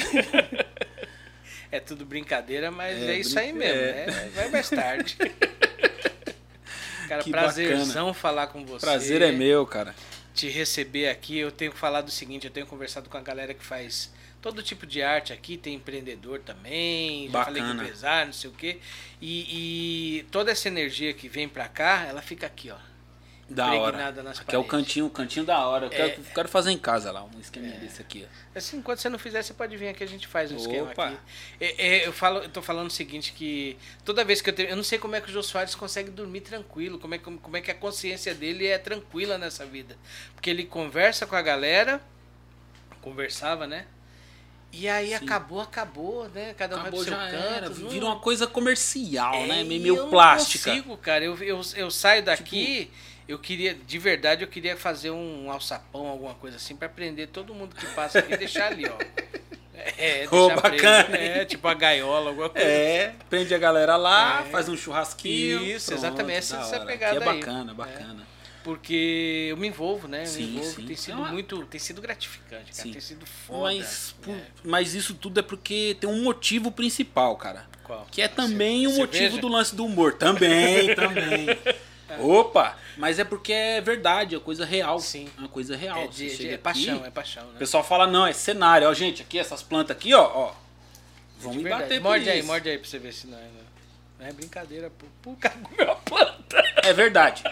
É tudo brincadeira, mas é, é isso aí mesmo, é. né? Vai mais tarde. Cara, que prazerzão bacana. Falar com você. Prazer é meu, cara. Te receber aqui. Eu tenho falado o seguinte, eu tenho conversado com a galera que faz todo tipo de arte aqui, tem empreendedor também, já bacana. falei com empresário, não sei o quê. E, e toda essa energia que vem pra cá, ela fica aqui, ó. Da hora. Nas aqui é o cantinho, o cantinho da hora. Eu é, quero, quero fazer em casa lá, um esqueminha é, desse aqui. Ó. Assim, enquanto você não fizer, você pode vir aqui, a gente faz um Opa. esquema aqui. É, é, eu, falo, eu tô falando o seguinte, que toda vez que eu tenho... Eu não sei como é que o Jô Soares consegue dormir tranquilo, como é, como, como é que a consciência dele é tranquila nessa vida. Porque ele conversa com a galera, conversava, né? E aí Sim. acabou, acabou, né? Cada um acabou, vai pro seu já canto. Era. Não... Vira uma coisa comercial, é, né? Meio, meio eu plástica. Eu não consigo, cara. Eu, eu, eu saio daqui... Tipo... Eu queria, de verdade, eu queria fazer um alçapão, alguma coisa assim, pra prender todo mundo que passa aqui e deixar ali, ó. É, oh, bacana. Preso, é, tipo a gaiola, alguma coisa. É, prende a galera lá, é. faz um churrasquinho. Isso, pronto, exatamente, essa, essa pegada que é aí. bacana, bacana. É, porque eu me envolvo, né? Eu sim, me envolvo, sim. tem sido é muito, tem sido gratificante, cara, sim. tem sido foda. Mas, é. mas isso tudo é porque tem um motivo principal, cara. Qual? Que é também o um motivo cerveja? do lance do humor. Também, também. Opa! Mas é porque é verdade, é coisa real. Sim. É uma coisa real. É, de, de, é paixão, aqui, é paixão, né? O pessoal fala, não, é cenário. Ó, gente, aqui, essas plantas aqui, ó, ó. Vão me bater por morde isso. aí, morde aí pra você ver se não é. Não é brincadeira, pô. Pô, cagou minha planta. É verdade.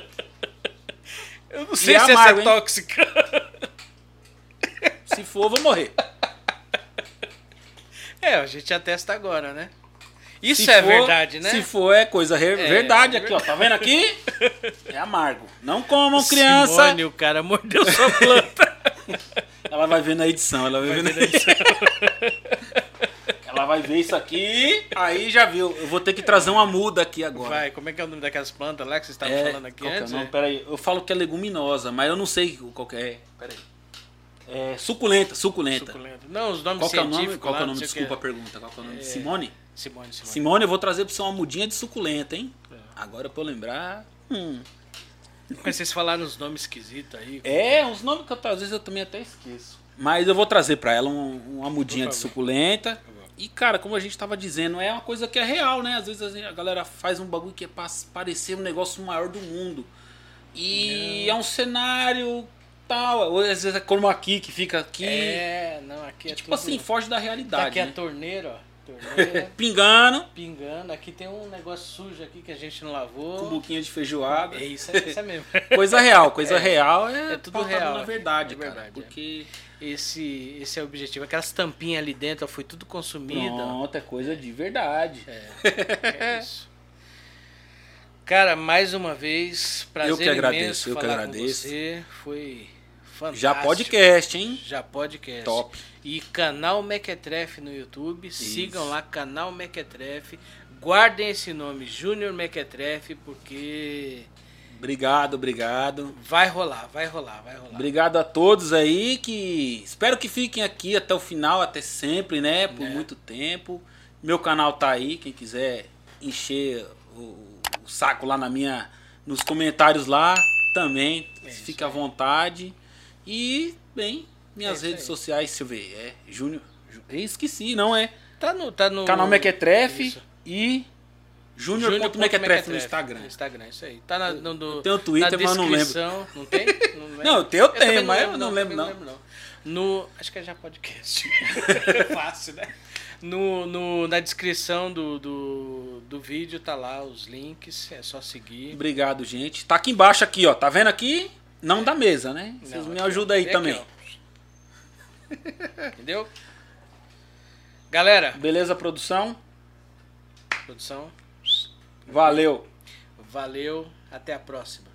Eu não sei e se amargo, essa é tóxica. Se for, eu vou morrer. É, a gente atesta agora, né? Isso se é for, verdade, né? Se for, é coisa re- é, verdade aqui, ó. Tá vendo aqui? É amargo. Não comam, criança. Simone, o cara mordeu sua planta. Ela vai ver na edição. Ela vai, vai ver na edição. Ela vai ver isso aqui. Aí já viu. Eu vou ter que trazer uma muda aqui agora. Vai, como é que é o nome daquelas plantas lá que vocês estavam é, falando aqui qual antes? Que é o nome? Pera aí. Eu falo que é leguminosa, mas eu não sei qual que é. Pera aí. É suculenta, suculenta. Suculenta. Não, os nomes qual científicos. Que é o nome? Qual que é o nome? Que Desculpa é. a pergunta. Qual que é o nome? É... Simone? Simone, Simone. Simone, eu vou trazer pra você uma mudinha de suculenta, hein? É. Agora pra eu lembrar. Hum. Mas vocês falaram uns nomes esquisitos aí. É, uns nomes que eu, às vezes eu também até esqueço. Mas eu vou trazer pra ela um, uma mudinha de suculenta. E, cara, como a gente tava dizendo, é uma coisa que é real, né? Às vezes a galera faz um bagulho que é pra parecer um negócio maior do mundo. E é, é um cenário tal. Ou às vezes é como aqui, que fica aqui. É, não, aqui é e, tipo tudo... assim, foge da realidade. Aqui é né? a torneira, ó. Torneira, pingando. Pingando. Aqui tem um negócio sujo aqui que a gente não lavou. Com buquinha de feijoada. É isso, é isso mesmo. Coisa real, coisa é, real é, é tudo real. Na verdade, é cara. Verdade, porque é. esse, esse é o objetivo. Aquelas tampinhas ali dentro, ó, foi tudo consumido. Pronto, é coisa de verdade. É, é isso. Cara, mais uma vez, prazer eu que agradeço, imenso eu falar que agradeço. com você. Foi fantástico. Já podcast, hein? Já podcast. Top. E canal Mequetrefe no YouTube. Isso. Sigam lá, canal Mequetrefe. Guardem esse nome, Júnior Mequetrefe, porque... Obrigado, obrigado. Vai rolar, vai rolar, vai rolar. Obrigado a todos aí que... Espero que fiquem aqui até o final, até sempre, né? Por é. muito tempo. Meu canal tá aí, quem quiser encher o, o saco lá na minha... Nos comentários lá também. É fique à vontade. E, bem, minhas é redes sociais, deixa eu ver. É Júnior... Esqueci, não é? Tá no... Tá no canal Mequetrefe e... Júnior ponto Mequetrefe no Instagram. No Instagram, isso aí. Tá na, no, no, tem o Twitter, mas eu não lembro. Não tem? Não, não, eu tenho, eu tenho, eu mas lembro, eu não, não lembro, não. lembro, não. No, acho que é já podcast. Fácil, né? No, no, na descrição do, do, do vídeo tá lá os links, é só seguir. Obrigado, gente. Tá aqui embaixo aqui, ó. Tá vendo aqui? Não da mesa, né? Vocês Não, me aqui, ajudam aí ó. também. Aqui, entendeu? Galera. Beleza, produção? Produção. Valeu. Valeu. Até a próxima.